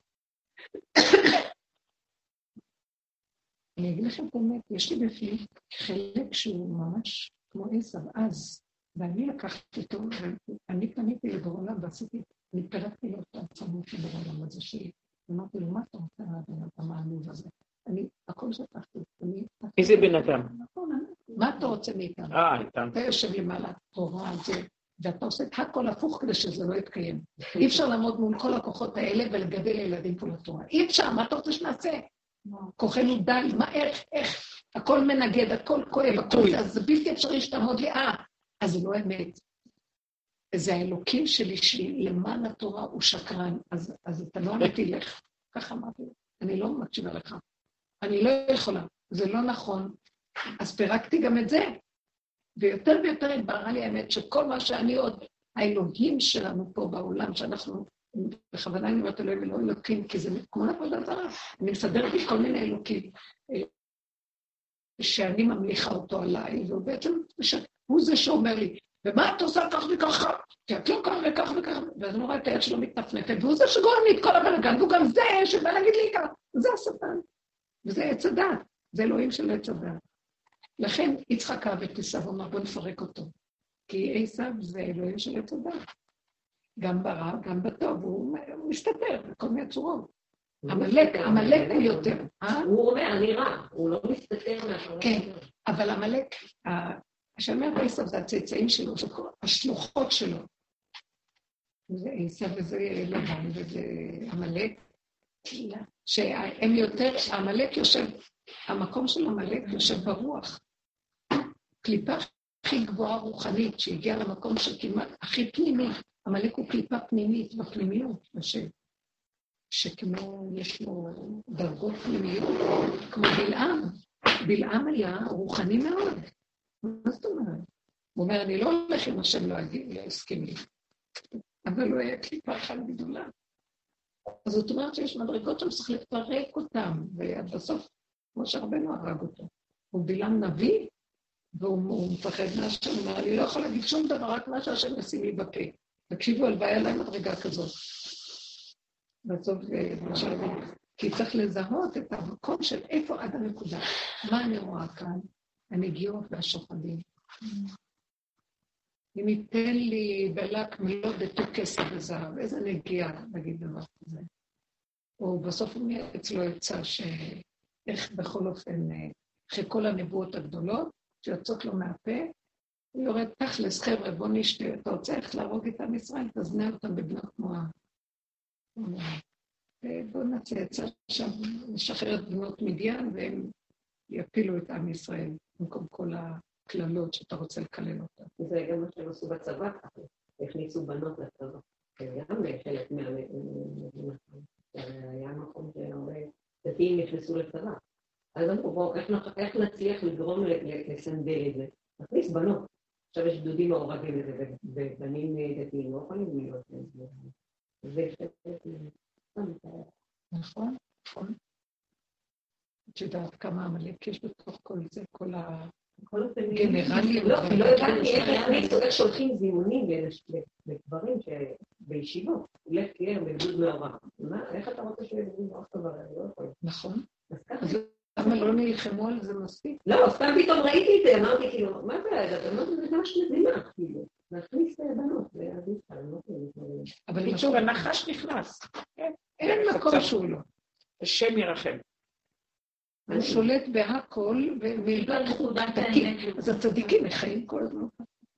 אני אגיד לכם באמת, יש לי בפנים חלק שהוא ממש כמו עשב, אז, ואני לקחתי אותו, ואני פניתי לבורעולם ועשיתי, אני פירקתי לו את העצמות של בורעולם הזה שלי, ואמרתי לו, מה אתה רוצה להבין את המעלוב הזה? אני, הכל שפחתי, איזה בן אדם? מה אתה רוצה מאיתנו? איתנו. אתה יושב למעלה, תורה, ואתה עושה את הכל הפוך כדי שזה לא יתקיים. אי אפשר לעמוד מול כל הכוחות האלה ולגדל ילדים פה לתורה. אי אפשר, מה אתה רוצה שנעשה? כוחנו דל, מה, איך, הכל מנגד, הכל כואב, הכל זה, אז זה בלתי אפשרי שתעמוד לי, אז זה לא אמת. זה האלוקים שלי למען התורה הוא שקרן, אז אתה לא אמרתי לך, ככה אמרתי, אני לא מקשיבה לך, אני לא יכולה, זה לא נכון, אז פירקתי גם את זה, ויותר ויותר התבררה לי האמת שכל מה שאני עוד, האלוהים שלנו פה בעולם, שאנחנו, בכוונה אני אומרת אלוהים ולא אלוקים, כי זה כמו עבודה זרה, אני מסדרת לי כל מיני אלוקים, שאני ממליכה אותו עליי, והוא בעצם, הוא זה שאומר לי, ומה אתה עושה כך וככה? כי את לא כך וכך וכך, ואז אני רואה את היד שלו מתנפנפת, והוא זה שגורם לי את כל הבלגן, והוא גם זה שבא להגיד לי כך, זה השטן, וזה עץ הדת, זה אלוהים של עץ הדת. לכן יצחק אהב את עשיו, אמר בוא נפרק אותו, כי עשיו זה אלוהים של עץ הדת, גם ברע, גם בטוב, הוא מסתתר בכל מיני צורות. המלאק הוא יותר. הוא אומר, אני רע, הוא לא מסתתר מהשאלה. כן, אבל המלאק, השאלה בעשיו זה הצאצאים שלו, השלוחות שלו. זה עשיו וזה לבן וזה המלאק, שהם יותר, המלאק יושב, המקום של המלאק יושב ברוח. קליפה הכי גבוהה רוחנית, שהגיעה למקום שכמעט הכי פנימי, המלאק הוא קליפה פנימית, בפנימיות, שכמו יש לו דרגות פנימיות, כמו בלעם. בלעם היה רוחני מאוד. מה זאת אומרת? הוא אומר, אני לא הולך אם השם לא יסכים לי. אבל הוא היה קליפה אחת גדולה. אז זאת אומרת שיש מדרגות שם צריך לפרק אותם, ובסוף, כמו שרבנו הרג אותו, הוא בלעם נביא, והוא מפחד מהשם, הוא אומר, אני לא יכול להגיד שום דבר, רק מה שהשם ישים לי בפה. תקשיבו, הלוואי עליי מדרגה כזאת. בסוף, כי צריך לזהות את המקום של איפה עד הנקודה. מה אני רואה כאן? הנגיעות והשוחדים. אם ייתן לי בלק מלוא דתו כסף וזהב, איזה נגיעה, נגיד דבר כזה. או בסוף הוא אצלו יצא שאיך בכל אופן, אחרי כל הנבואות הגדולות, שיוצאות לו מהפה, הוא יורד תכלס, חבר'ה, בוא נשתה, אתה רוצה איך להרוג את עם ישראל, תזנה אותם בבנות תנועה. בוא נצא, יצא שם, נשחרר את בנות מדיין, והם יפילו את עם ישראל, במקום כל הכללות שאתה רוצה לקלל אותם. זה גם מה שהם עשו בצבא, הכניסו בנות לצבא. גם חלק מהמדינה. היה מקום שהרבה דתיים נכנסו לצבא. אז אמרו, איך נצליח לגרום לסנדל את זה? נכניס בנות. עכשיו יש גדודים מעורבים לזה, ובנים דתיים לא יכולים להיות. נכון, נכון. את יודעת כמה עמלק יש בתוך כל זה, כל הגנרלים. לא הבנתי איך שולחים זימונים לדברים בישיבות. לך תהיה בגדוד מעורב. איך אתה רוצה שיהיה בגדוד מעורב טוב? נכון. אז למה לא נלחמו על זה מספיק? לא, סתם פתאום ראיתי את זה, אמרתי כאילו, מה זה? אמרתי, זה ממש מזימה, כאילו. להכניס בנות, להביא אותם. אבל בקיצור, הנחש נכנס. אין מקום שהוא לא. השם ירחם. הוא שולט בהכל, ומלבד חודתקים. אז הצדיקים החיים כל הזמן.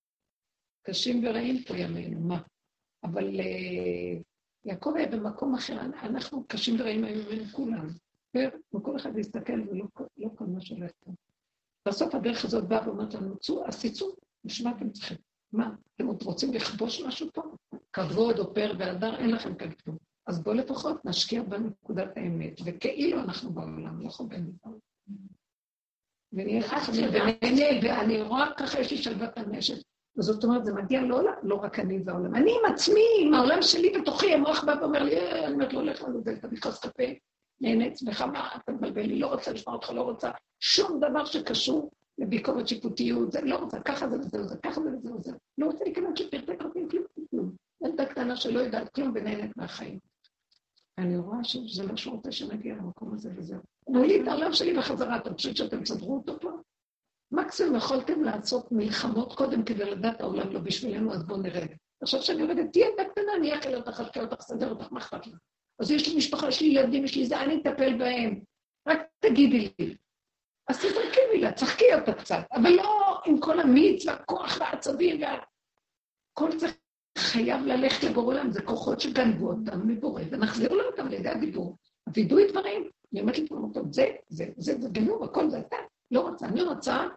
קשים ורעים פה ימינו, מה? אבל יעקב היה במקום אחר, אנחנו קשים ורעים היו כולם. וכל אחד להסתכל ולא כל מה שהולך כאן. בסוף הדרך הזאת באה ואומרת לנו, עשיצו, נשמע אתם צריכים. מה? אתם עוד רוצים לכבוש משהו פה? כבוד או פר והדר, אין לכם כאן כלום. אז בואו לפחות נשקיע בנקודת האמת, וכאילו אנחנו בעולם, לא חובין בעולם. ונהיה חכמים ונהנה, ואני רואה ככה יש לי שלוות הנשת. וזאת אומרת, זה מגיע לא רק אני והעולם. אני עם עצמי, עם העולם שלי בתוכי, המוח בא ואומר לי, אני אומרת, לא הולך לנו זה, אתה נכנס כפה, נהנה עצמך, מה אתה מבלבל לי, לא רוצה לשמוע אותך, לא רוצה שום דבר שקשור לביקורת שיפוטיות, זה לא רוצה, ככה זה וזה וזה, ככה זה וזה וזה. לא רוצה להיכנס לפרטי פרטים, כלום. ילדה קטנה שלא יודעת כלום ונהנית מהחיים. אני רואה שזה לא שורתה שנגיע למקום הזה וזהו. תנו לי את העולם שלי בחזרה, אתה חושב שאתם סדרו אותו פה? מקסימום יכולתם לעשות מלחמות קודם כדי לדעת העולם לא בשבילנו, אז בואו נרד. עכשיו שאני יורדת, תהיה ילדה קטנה, אני אכל אותך, אשקה אותך, סדר אותך, מה אכפת לך? אז יש לי משפחה, יש לי ילדים, יש לי זה, אני אטפל בהם. רק תגידי לי. אז תזרקי מילה, צחקי אותה קצת, אבל לא עם כל המיץ והכוח והעצבים כל זה חייב ללכת לבורא עולם, זה כוחות שגנבו אותם מבורא, ונחזיר לו אותם לידי הדיבור. וידעו דברים, אני אומרת לי פעם אותם, זה גנוב, הכל זה אתה. לא רוצה, אני רוצה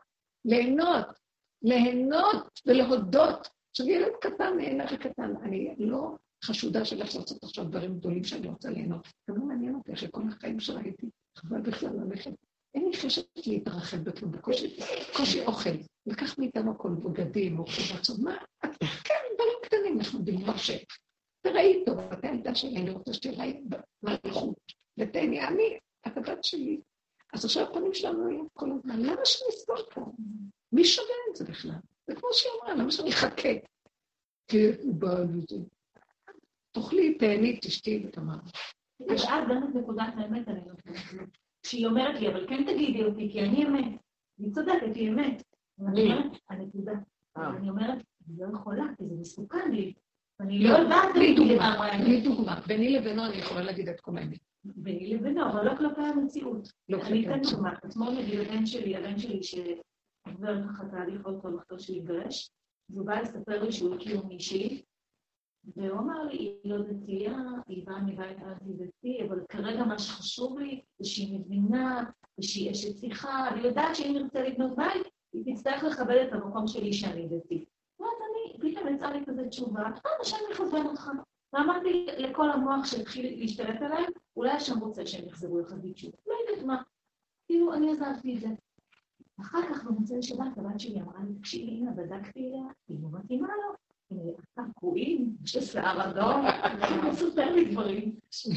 ליהנות ולהודות. עכשיו ילד קטן, נהנה קטן, אני לא חשודה של איך לעשות עכשיו דברים גדולים שאני רוצה ליהנות. גם לא מעניין אותי, אחרי כל החיים שראיתי, חבל בכלל ללכת. אין לי חשת להתרחב בכלום, בקושי אוכל. לקח מאיתנו הכל בגדים, אוכל רצון, מה? כן, דברים קטנים, אנחנו דמבר תראי טוב, אתה ילדה שלי, אני רוצה שתראה מלכות. ותהני, את הבת שלי. אז עכשיו הפנים שלנו היו כל הזמן, למה שנסבור פה? מי שווה את זה בכלל? זה כמו שהיא אמרה, למה שאני אחכה? כי הוא בא לזה. תאכלי, תהני, תשתי ותאמר. ואז גם את נקודת האמת אני לא חושבת. כשהיא אומרת לי, אבל כן תגידי אותי, כי אני אמת. אני צודקת, היא אמת. אני אומרת, הנקודה. אני אומרת, אני לא יכולה, כי זה מסוכן לי. אני לא יודעת בלי דוגמה. ביני לבינו אני יכולה להגיד את כל האמת. ביני לבינו, אבל לא כלפי המציאות. אני אתן דוגמה. אתמול נגיד הבן שלי שעובר ככה תהליך עוד פעם אחתו שהתגרש, והוא בא לספר לי שהוא הכיר מישהי, והוא אמר לי, היא לא דתייה, היא באה מבית אנטי-דתי, אבל כרגע מה שחשוב לי זה שהיא מבינה, ושהיא אשת שיחה, והיא יודעת שאם נרצה לבנות בית, היא תצטרך לכבד את המקום שלי שאני דתי. ואז אני, פתאום יצאה לי כזה תשובה, השם מכוון אותך. ואמרתי לכל המוח שהתחיל להשתלט עליהם, אולי השם רוצה שהם יחזרו לחזית שוב. לא יודעת מה. כאילו, אני עזבתי את זה. אחר כך במוצאי שבת, הבת שלי אמרה לי, תקשיבי, הנה, בדקתי אליה, היא לא מתאימה לו. אתה קרואים, יש לשיער אדום, הוא סופר לי דברים.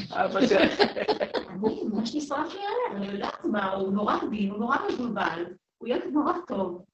אני ממש נשרף לי עליה, אני יודעת מה, הוא נורא דין, הוא נורא מבולבל, הוא ילד נורא טוב.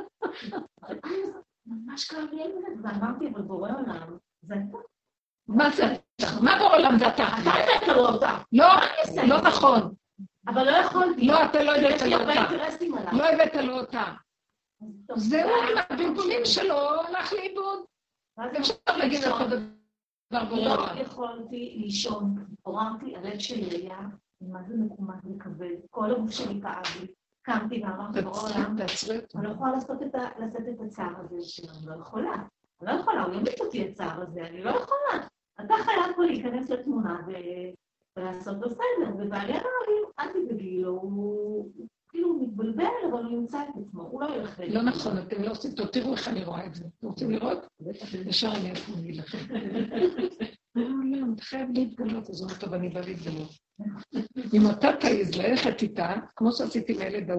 ממש כאב לי ילד, ואמרתי, אבל בורא עולם, זה אתה. מה זה? מה בורא עולם זה אתה? אתה הבאת לו אותה. לא נכון. אבל לא יכולתי. לא, אתה לא הבאת לו אותה. לא הבאת לו אותה. זהו, הבלבולים שלו הלך לאיבוד. אפשר להגיד לך דבר בורא עולם. לא יכולתי לישון, עוררתי, הלב שלי היה, מה זה מקומט וכבד, כל הגוף שלי כאב לי, קמתי ואמרתי בורא עולם, אני לא יכולה לשאת את הצער הזה, שאני לא יכולה, הוא ימיץ אותי הצער הזה, אני לא יכולה, אתה חייב פה להיכנס לתמונה ולעשות בסדר, ובעלי אמר לי, אל תדאגי לו, הוא כאילו מתבלבל, אבל הוא ימצא את עצמו, הוא לא ילך לי. לא נכון, אתם לא עושים, תראו איך אני רואה את זה. אתם רוצים לראות? ישר אני איפה אני לכם. אתה חייב להתגלות, אז אומר טוב, אני בא להתגלות. אם אתה תעיז ללכת איתה, כמו שעשיתי עם הילד ההוא,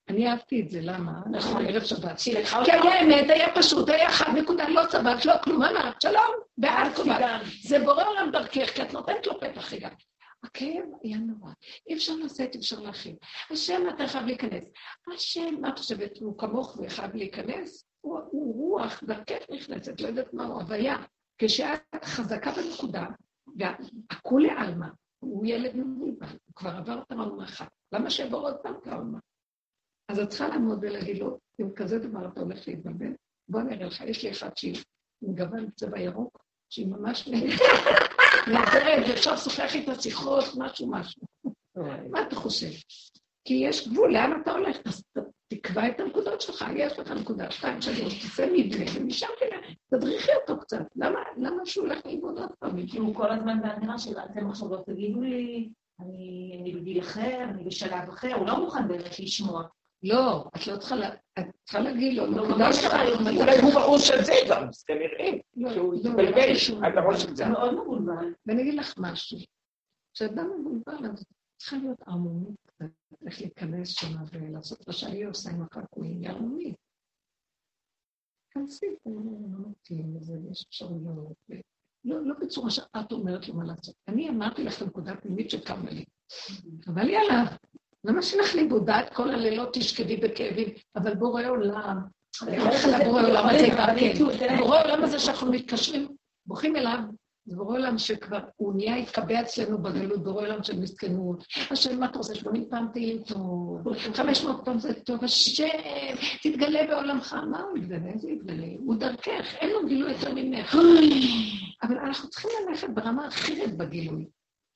אני אהבתי את זה, למה? אנחנו ערב שבת. כי היה אמת, היה פשוט, היה חד נקודה, לא צבק, לא כלום, אמרת, שלום, בעל קובל. זה בורא עולם דרכך, כי את נותנת לו פתח רגע. הכאב היה נורא, אי אפשר לשאת, אי אפשר להכין. השם אתה חייב להיכנס. השם, מה חושבת, הוא כמוך וחייב להיכנס? הוא רוח, דרכך נכנסת, לא יודעת מה הוא, הוויה. כשאת חזקה בנקודה, והכולי עלמה, הוא ילד מבולבל, הוא כבר עבר את הממרחה. למה שיעבור עוד פעם כעלמה? אז את צריכה לעמוד ולהגיד לו, אם כזה דבר אתה הולך להתבלבל, בוא נראה לך, יש לי אחד שהיא גוון צבע ירוק, שהיא ממש נעזרת, ואפשר שוחח איתה שיחות, משהו. מה אתה חושב? כי יש גבול, לאן אתה הולך? אז תקבע את הנקודות שלך, יש לך נקודה 2, 3, תעשה מבנה, ומשם תדריכי אותו קצת. למה שהוא הולך לאיבוד עוד פעם? כי הוא כל הזמן בהגנה של אתם עכשיו לא תגידו לי, אני בגיל אחר, אני בשלב אחר, הוא לא מוכן באמת לשמוע. לא, את לא צריכה להגיד לו, אולי הוא בראש של זה גם, זה נראה, שהוא יתבלבל על הראש של זה. מאוד מבולבל. ואני אגיד לך משהו, כשאדם מבולבל, אז צריכה להיות ערמומית, איך להיכנס שמה ולעשות מה שאני עושה עם הקעקועים, היא ערמומית. כנסי, לא מתאים לזה, יש אפשרויות, לא בצורה שאת אומרת לו מה לעשות. אני אמרתי לך לנקודה פנימית שקמה לי, אבל לי עליו. למה שלך ליבודה את כל הלילות תשכבי בכאבים, אבל בורא עולם, אני הולך על הבורא עולם הזה כבר כן, בורא עולם הזה שאנחנו מתקשרים, בוכים אליו, זה בורא עולם שכבר הוא נהיה התקבע אצלנו בגלות, בורא עולם של מסכנות, השם מה אתה עושה, 80 פעם תהילים טוב, 500 פעם זה טוב, השם, תתגלה בעולמך, מה הוא יתגלה? איזה יתגלה? הוא דרכך, אין לו גילוי יותר ממך, אבל אנחנו צריכים ללכת ברמה אחרת בגילוי,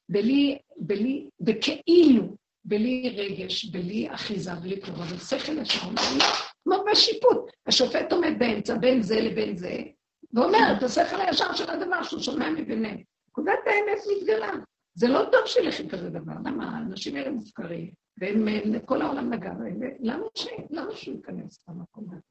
בכאילו, בלי רגש, בלי אחיזה, בלי כלום, אבל שכל ישר, כמו בשיפוט, השופט עומד באמצע, בין זה לבין זה, ואומר, את השכל הישר של הדבר שהוא שומע מביניהם. נקודת האמת מתגלה. זה לא טוב שלכם כזה דבר, למה האנשים האלה מופקרים, והם כל העולם נגע, למה שהוא ייכנס למקום הזה?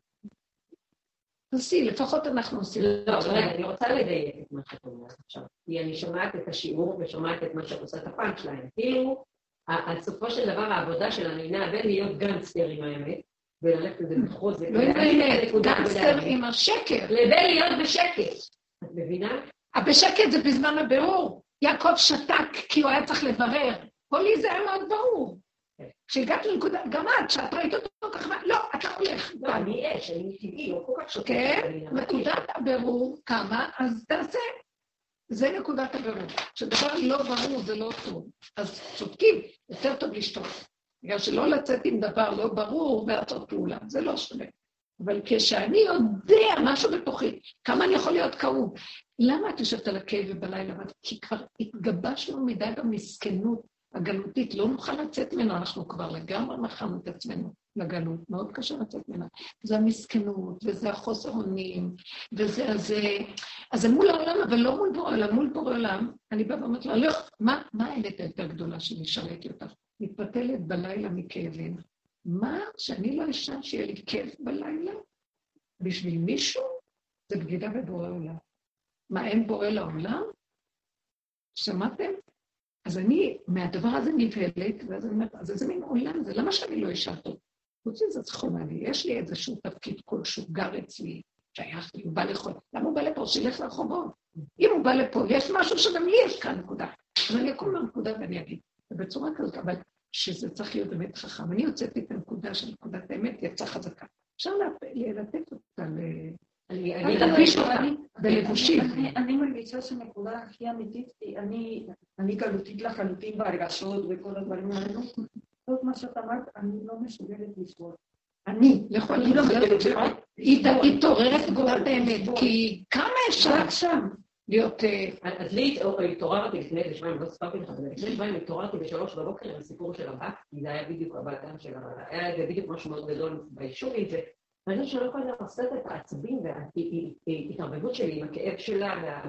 תעשי, לפחות אנחנו עושים. לא, אני רוצה לדייק את מה שאת אומרת עכשיו, כי אני שומעת את השיעור ושומעת את מה שאת עושה את הפאנץ' ליין, כאילו, על סופו של דבר העבודה שלנו היא בין להיות גנגסטר עם האמת, וללכת לזה בחוזק. לא עם האמת, גנגסטר עם השקר. לבין להיות בשקט. את מבינה? בשקט זה בזמן הבירור. יעקב שתק כי הוא היה צריך לברר. פה לי זה היה מאוד ברור. כשהגעת לנקודה, גם את, שאת ראית אותו ככה, לא, אתה הולך. לא, אני אש, אני טבעי, לא כל כך שותק. כן, נקודת הבירור כמה, אז תעשה. זה נקודת הבירור. כשדבר לא ברור זה לא טוב. אז צודקים, יותר טוב לשתוק. בגלל שלא לצאת עם דבר לא ברור ולעשות פעולה, זה לא שווה. אבל כשאני יודע משהו בתוכי, כמה אני יכול להיות כאוב, למה את יושבת על הכאב ובלילה? כי כבר התגבשנו מדי במסכנות הגלותית, לא נוכל לצאת ממנו, אנחנו כבר לגמרי מכרנו את עצמנו לגלות, מאוד קשה לצאת ממנו. זה המסכנות, וזה החוסר אונים, וזה הזה, אז זה מול העולם, אבל לא מול בורא עולם, מול בורא עולם, אני באה ואומרת לה, לא, מה האמת היותר גדולה שלי, שאלתי אותך? מתפתלת בלילה מכאבים. מה שאני לא אשן שיהיה לי כיף בלילה? בשביל מישהו? זה בגידה בבורא עולם. מה, אין בורא לעולם? שמעתם? אז אני, מהדבר הזה נבהלת, ואז אני אומרת, אז איזה מין עולם זה? למה שאני לא אשן טוב? חוץ מזה זכונה לי, יש לי איזשהו תפקיד כלשהו, גר אצלי, שייך לי, הוא בא לכל. למה הוא בא לפה? שילך לרחובות. אם הוא בא לפה, יש משהו שגם לי יש כאן נקודה. אז אני אקום מהנקודה ואני אגיד, ובצורה כזאת, אבל שזה צריך להיות באמת חכם. אני הוצאתי את הנקודה של נקודת האמת, יצאה חזקה. אפשר לתת אותה אני להביש אותה בלבושים. אני מרגישה שנקודה הכי אמיתית, אני גלותית לחלוטין בהרגשות וכל הדברים האלו. זאת מה שאת אמרת, אני לא מסוגלת לשבור. אני לא מסוגלת לשבור. היא תעוררת נקודת האמת, כי כמה אפשר שם להיות... אז לי התעוררתי לפני שבועיים, לא ספרתי לך, לפני שבועיים התעוררתי ב3 בבוקר עם הסיפור של הבת, כי זה היה בדיוק הבאתם של הבת, היה זה בדיוק משהו מאוד גדול ביישוב עם זה, ואני חושבת שלא יכולה לעשות את העצבים וההתערבבות שלי עם הכאב שלה,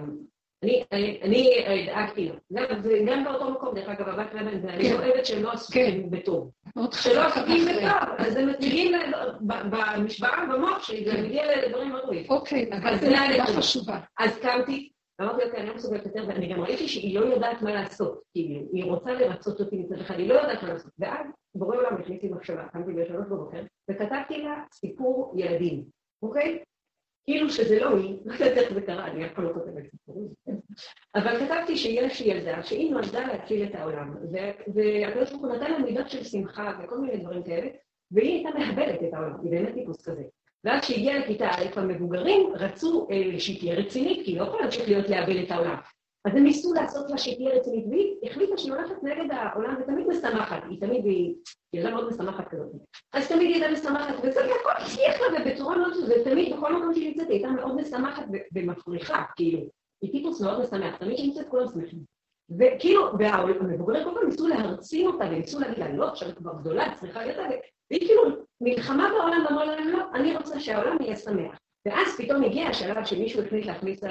אני דאגתי לה, גם באותו מקום, דרך אגב, הבת רבן, ואני אוהבת שהם לא עסוקים בטוב, שלא עסוקים בטוב, אז הם מגיעים במשוואה במוח שלי, זה מגיע לדברים מרואים. אוקיי, אבל זה נקודה חשובה. אז קמתי, אמרתי אותי, אני לא מסוגלת יותר, ואני גם ראיתי שהיא לא יודעת מה לעשות, כי היא רוצה לרצות אותי מצד אחד, היא לא יודעת מה לעשות, ואז בורא עולם הכניס לי מחשבה, קמתי ב3 בבוקר, וכתבתי לה סיפור ילדים, אוקיי? כאילו שזה לא היא, לא יודעת איך זה קרה, אני אף פעם לא כותבת סיפורים. אבל כתבתי שיש ילדה, שהיא נולדה להציל את העולם, והקדוש ברוך הוא נתן לה מידות של שמחה וכל מיני דברים כאלה, והיא הייתה מהבלת את העולם, היא באמת טיפוס כזה. ואז שהגיעה לכיתה א' המבוגרים, רצו שהיא תהיה רצינית, כי לא יכולה להמשיך להיות להבל את העולם. אז הם ניסו לעשות לה שהיא תהיה רצינית, והיא החליטה שהיא הולכת נגד העולם, ותמיד משמחת, היא ילדה מאוד משמחת כזאת. אז תמיד היא הייתה משמחת, וצריך הכל הצליח לה, ובצורה מאוד, ותמיד בכל מקום שהיא נמצאת, היא הייתה מאוד משמחת ומפריחה, כאילו. היא טיפוס מאוד משמח, תמיד שהיא נמצאת כולם שמחים. וכאילו, המבוגרים כל פעם ניסו להרצין אותה, וניסו להגיד לה, לא, עכשיו כבר גדולה, צריכה להיות, והיא כאילו נלחמה בעולם, ואמרה להם, לא, אני רוצה שהעולם יהיה שמח. ואז פתאום הגיע השלב שמישהו החליט להכניס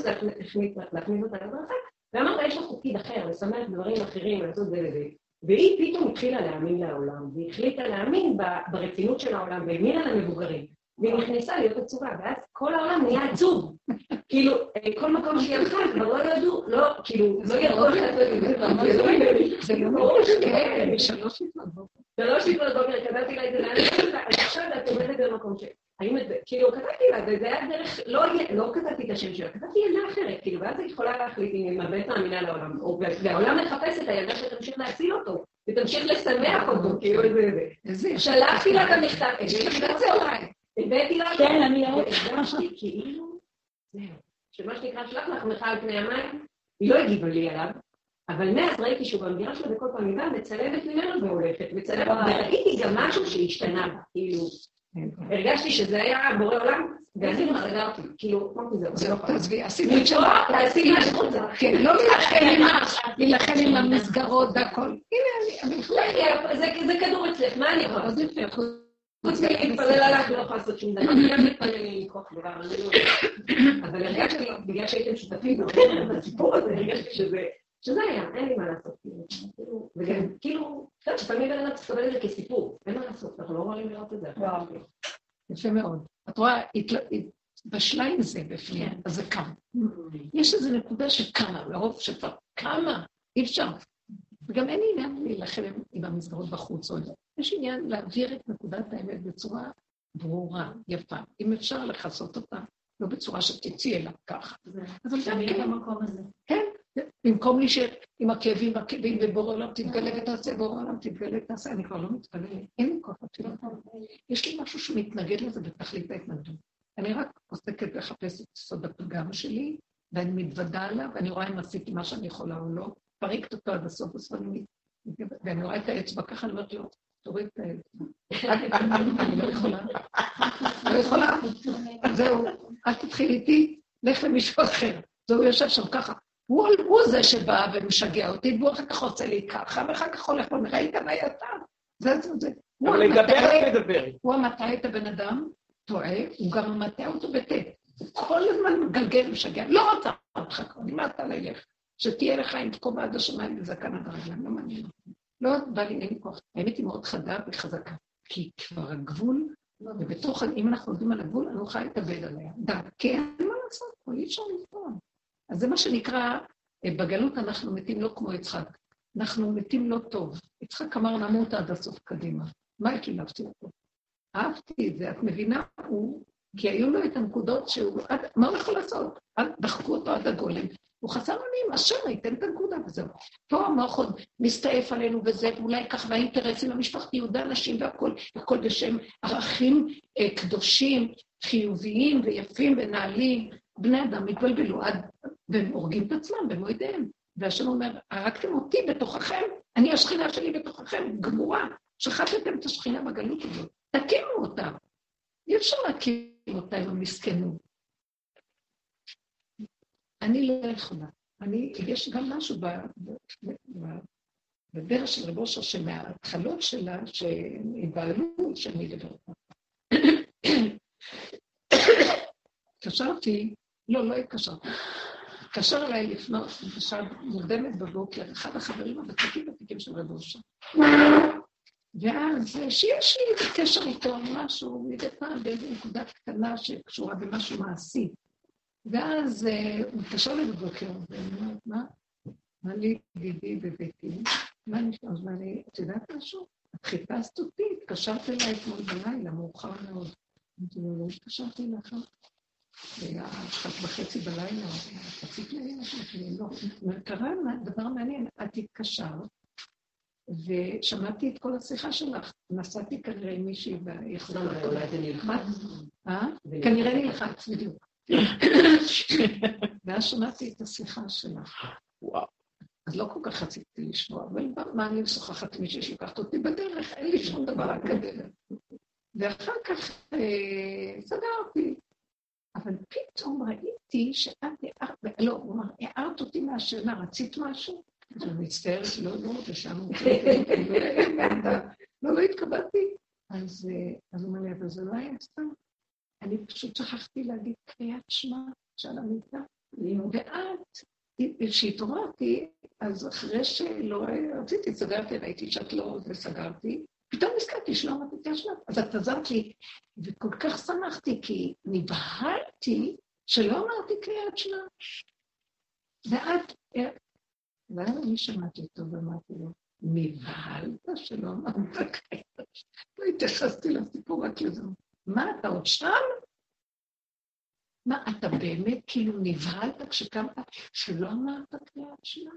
אותה לברכה, ואמר לה, יש לך תפקיד אחר, לשמח דברים אחרים, לעשות זה וזה. והיא פתאום התחילה להאמין לעולם, והיא החליטה להאמין ברצינות של העולם, והאמינה למבוגרים, והיא נכנסה להיות עצובה, ואז כל העולם נהיה עצוב. כאילו, כל מקום שהיא הלכה, כבר לא ידעו, לא, כאילו, לא ידעו איך זה לא ממש, כן, 3 לפנות בוקר. 3 לפנות בוקר, קבלתי לה את זה, אז עכשיו את עומדת במקום ש... כאילו, כתבתי לה, וזה היה דרך, לא כתבתי את השם שלה, כתבתי ילדה אחרת, כאילו, ואז היא יכולה להחליט אם היא באמת מאמינה לעולם, והעולם מחפש את הילדה שתמשיך להציל אותו, ותמשיך לשמח אותו, כאילו, איזה. שלחתי לה את המכתב, הבאתי לה, כן, אני הרגשתי כאילו, זהו, שמה שנקרא שלח לך על פני המים, היא לא הגיבה לי עליו, אבל מאז ראיתי שהוא במדינה שלה וכל פעם היא באה, מצלמת ממנו והולכת, וראיתי גם משהו שהשתנה בה, כאילו, הרגשתי שזה היה בורא עולם, ואני לא סגרתי, כאילו, זה לא תעזבי, עשיתי את שלה, תעשי מה שחוצה, כן, לא להילחם עם המסגרות והכל, הנה, זה כדור אצלך, מה אני יכולה? חוץ מלהתפלל עליו, לא יכולה לעשות שום דבר, אני גם מתפללים לי כוח דבר, אבל הרגשתי, בגלל שהייתם שותפים, בסיפור הזה, הרגשתי שזה היה, אין לי מה לעשות, וגם, כאילו, שפעמים בן אדם צריך לקבל את זה כסיפור, אין מה לעשות, אנחנו לא רואים לראות את זה. יפה מאוד. את רואה, בשלה עם זה בפנים, אז זה קם. יש איזו נקודה שקמה, לרוב שכבר קמה, אי אפשר. וגם אין עניין להילחם עם המסגרות בחוץ, יש עניין להעביר את נקודת האמת בצורה ברורה, יפה. אם אפשר לחסות אותה, לא בצורה שתציא אליו ככה. אבל גם במקום הזה. כן. במקום לי שעם הכאבים ובורא עולם תתגלה ותעשה, בורא עולם תתגלה ותעשה, אני כבר לא מתפללת, אין לי כוח אפילו. יש לי משהו שמתנגד לזה בתכלית ההתנגדות. אני רק עוסקת לחפש את סוד הפגם שלי, ואני מתוודה עליו, ואני רואה אם עשיתי מה שאני יכולה או לא, פריקת אותו עד הסוף, ואני רואה את האצבע ככה, אני אומרת לו, תוריד את האצבע. אני לא יכולה. זהו, אל תתחיל איתי, לך למישהו אחר. זהו יושב שם ככה. הוא זה שבא ומשגע אותי, והוא אחר כך רוצה לי ככה, ואחר כך הולך ואומר, ראית מה יצא? זה. אבל לדבר. הוא המטע את הבן אדם, טועה, הוא גם המטע אותו בטט. הוא כל הזמן מגלגל ומשגע, לא רוצה אותך, מה אתה לילך? שתהיה לך עם תקומה עד השמיים וזקן עד הרגליים, לא מעניין. לא בא לי, אין לי כוח. האמת היא מאוד חדה וחזקה, כי כבר הגבול, ובתוך, אם אנחנו עובדים על הגבול, אני יכולה להתאבד עליה. כי אין מה לעשות, אי אפשר לפעול. אז זה מה שנקרא, בגלות אנחנו מתים לא כמו יצחק, אנחנו מתים לא טוב. יצחק אמר נמות עד הסוף קדימה. מה הקילבתי אותו? אהבתי את זה, את מבינה? כי היו לו את הנקודות שהוא, מה הוא יכול לעשות? דחקו אותו עד הגולם. הוא חסר עליהם, השם ייתן את הנקודה וזהו. פה המוח עוד מסתעף עלינו וזה, ואולי כך, והאינטרסים המשפחתיים, והאנשים והכל בשם ערכים קדושים, חיוביים ויפים ונעלים. בני אדם מתבלבלו והם הורגים את עצמם במועדיהם. והשם אומר, הרגתם אותי בתוככם, אני השכינה שלי בתוככם, גמורה, שחטתם את השכינה בגלות הזאת. תקימו אותה. אי אפשר להקים אותה עם המסכנות. אני לא יכולה. יש גם משהו בדרך של רב אושר, שמההתחלות שלה, שהתבעלו, שאני אדבר אותה. התקשרתי, לא התקשרתי. התקשר אליי לפנות, בשעה מוקדמת בבוקר, אחד החברים הוותיקים של רב אושר. ואז שיש לי איזה קשר איתו על משהו, מדי פעם באיזו נקודה קטנה שקשורה במשהו מעשי. ואז הוא התקשר לי בבוקר, ואני אומרת, מה לי ידידי בביתי? מה נשמע? את יודעת משהו? את חיפשת אותי, התקשרת אליי אתמול בלילה, מאוחר מאוד. אמרתי לו, לא התקשרתי לך. היה 1:30 בלילה, רצית להגיד לך, לא. קרה דבר מעניין, את התקשרת, ושמעתי את כל השיחה שלך, נסעתי כנראה עם מישהי ביחדה. אולי זה נלחץ. כנראה נלחץ, בדיוק. ואז שמעתי את השיחה שלך. וואו. אז לא כל כך רציתי לשמוע, אבל מה אני משוחחת עם מישהי שלקחת אותי בדרך, אין לי שום דבר אקדמי. ואחר כך סגרתי. אבל פתאום ראיתי שאת לא, הוא אמר, הערת אותי מהשינה, רצית משהו? אז אני מצטערת, לא, ושם הוא לא התקבלתי. אז הוא אומר לי, אבל זה לא היה סתם. אני פשוט שכחתי להגיד קריאת שמע של המיטה. ואת, כשהתעוררתי, אז אחרי שלא רציתי, סגרתי, ראיתי שאת לא, וסגרתי, פתאום נזכרתי שלא אמרתי את השלב. אז את עזרת לי, וכל כך שמחתי, כי נבהלתי שלא אמרתי קריאת שמע. ואז אני שמעתי אותו ואמרתי לו, נבהלת שלא אמרת קריאת שמע. לא התייחסתי לסיפור רק לזה. מה, אתה עוד שם? מה, אתה באמת כאילו נבהלת כשקמת שלא אמרת קריאת שמע?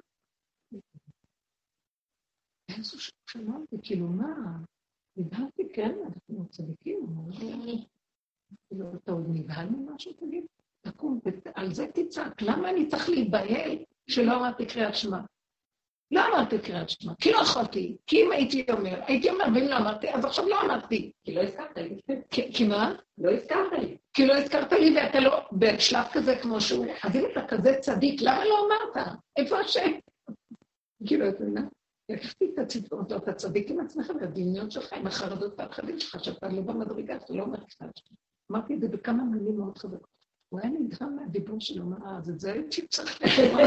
איזו שלא אמרתי, כאילו מה? נבהלתי, כן, אנחנו צדיקים, כאילו, אתה עוד נבהל ממשהו, תגיד, תקום, על זה תצעק, למה אני צריך להיבהל שלא אמרתי קריאת שמע? לא אמרתי קריאת שמע, כי לא יכולתי, כי אם הייתי אומר, ואם לא אמרתי, אז עכשיו לא אמרתי. כי לא הזכרת לי. כי מה? לא הזכרת לי. כי לא הזכרת לי, ואתה לא, בשלב כזה כמו שהוא, אז אם אתה כזה צדיק, למה לא אמרת? איפה השם? כאילו, אתה יודע, לקחתי את הציטוט, אתה צדיק עם עצמך, והדמיון שלך, עם החרדות והפחדים שלך, שאתה לא במדרגה, אתה לא אומר קריאת שמע. אמרתי את זה בכמה מילים מאוד חזקות. הוא היה נדהם מהדיבור שלו, אז את זה הייתי צריך לשמוע.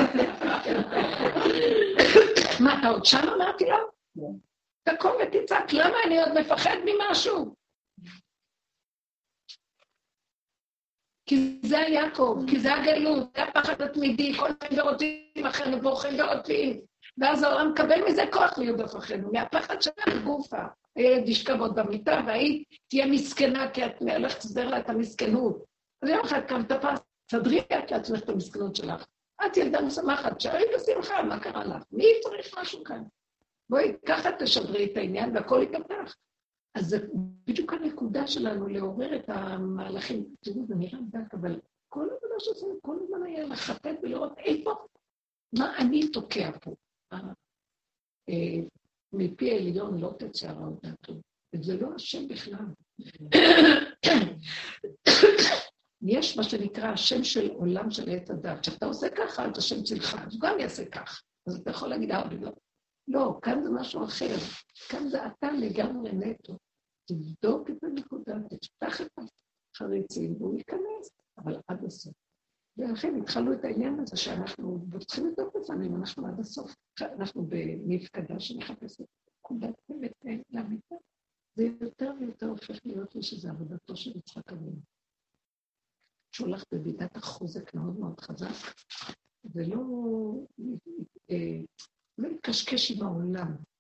מה, אתה עוד שם אמרתי לו? תקום ותצעק, למה אני עוד מפחד ממשהו? כי זה יעקב, כי זה הגלות, זה הפחד התמידי, כל מיני ורוצים אחרים ובורחים ורוצים. ואז העולם מקבל מזה כוח להיות בפחדנו, מהפחד שלה בגופה. הילד ישכב עוד במיטה, והיא תהיה מסכנה, כי את הולכת לסדר לה את המסכנות. אז יום אחד קמת פס, תדרי את לעצמך את המסכנות שלך. את ילדה משמחת, שערי בשמחה, מה קרה לך? מי צריך משהו כאן? בואי, ככה תשדרי את העניין, והכל יתפתח. אז זה בדיוק הנקודה שלנו לעורר את המהלכים. תראו, זה נראה דק, אבל כל עבודה שעושים, כל הזמן היה לחטט ולראות איפה, מה אני תוקע פה. מפי העליון לא תצא הרע דעתו. וזה לא השם בכלל. יש מה שנקרא השם של עולם של עת הדת. כשאתה עושה ככה, את השם שלך, אז גם יעשה כך. אז אתה יכול להגיד, לא, כאן זה משהו אחר. כאן זה אתה לגמרי נטו. תבדוק את הנקודה, תפתח את החריצים, והוא ייכנס, אבל עד הסוף. ולכן התחלנו את העניין הזה שאנחנו צריכים לבדוק לפעמים, אנחנו עד הסוף. אנחנו במפקדה שמחפשת נקודת באמת למיטה. זה יותר ויותר הופך להיות לי שזה עבודתו של יצחק אבינו. שהולך בבידת החוזק מאוד מאוד חזק, ולא מתקשקש עם העולם.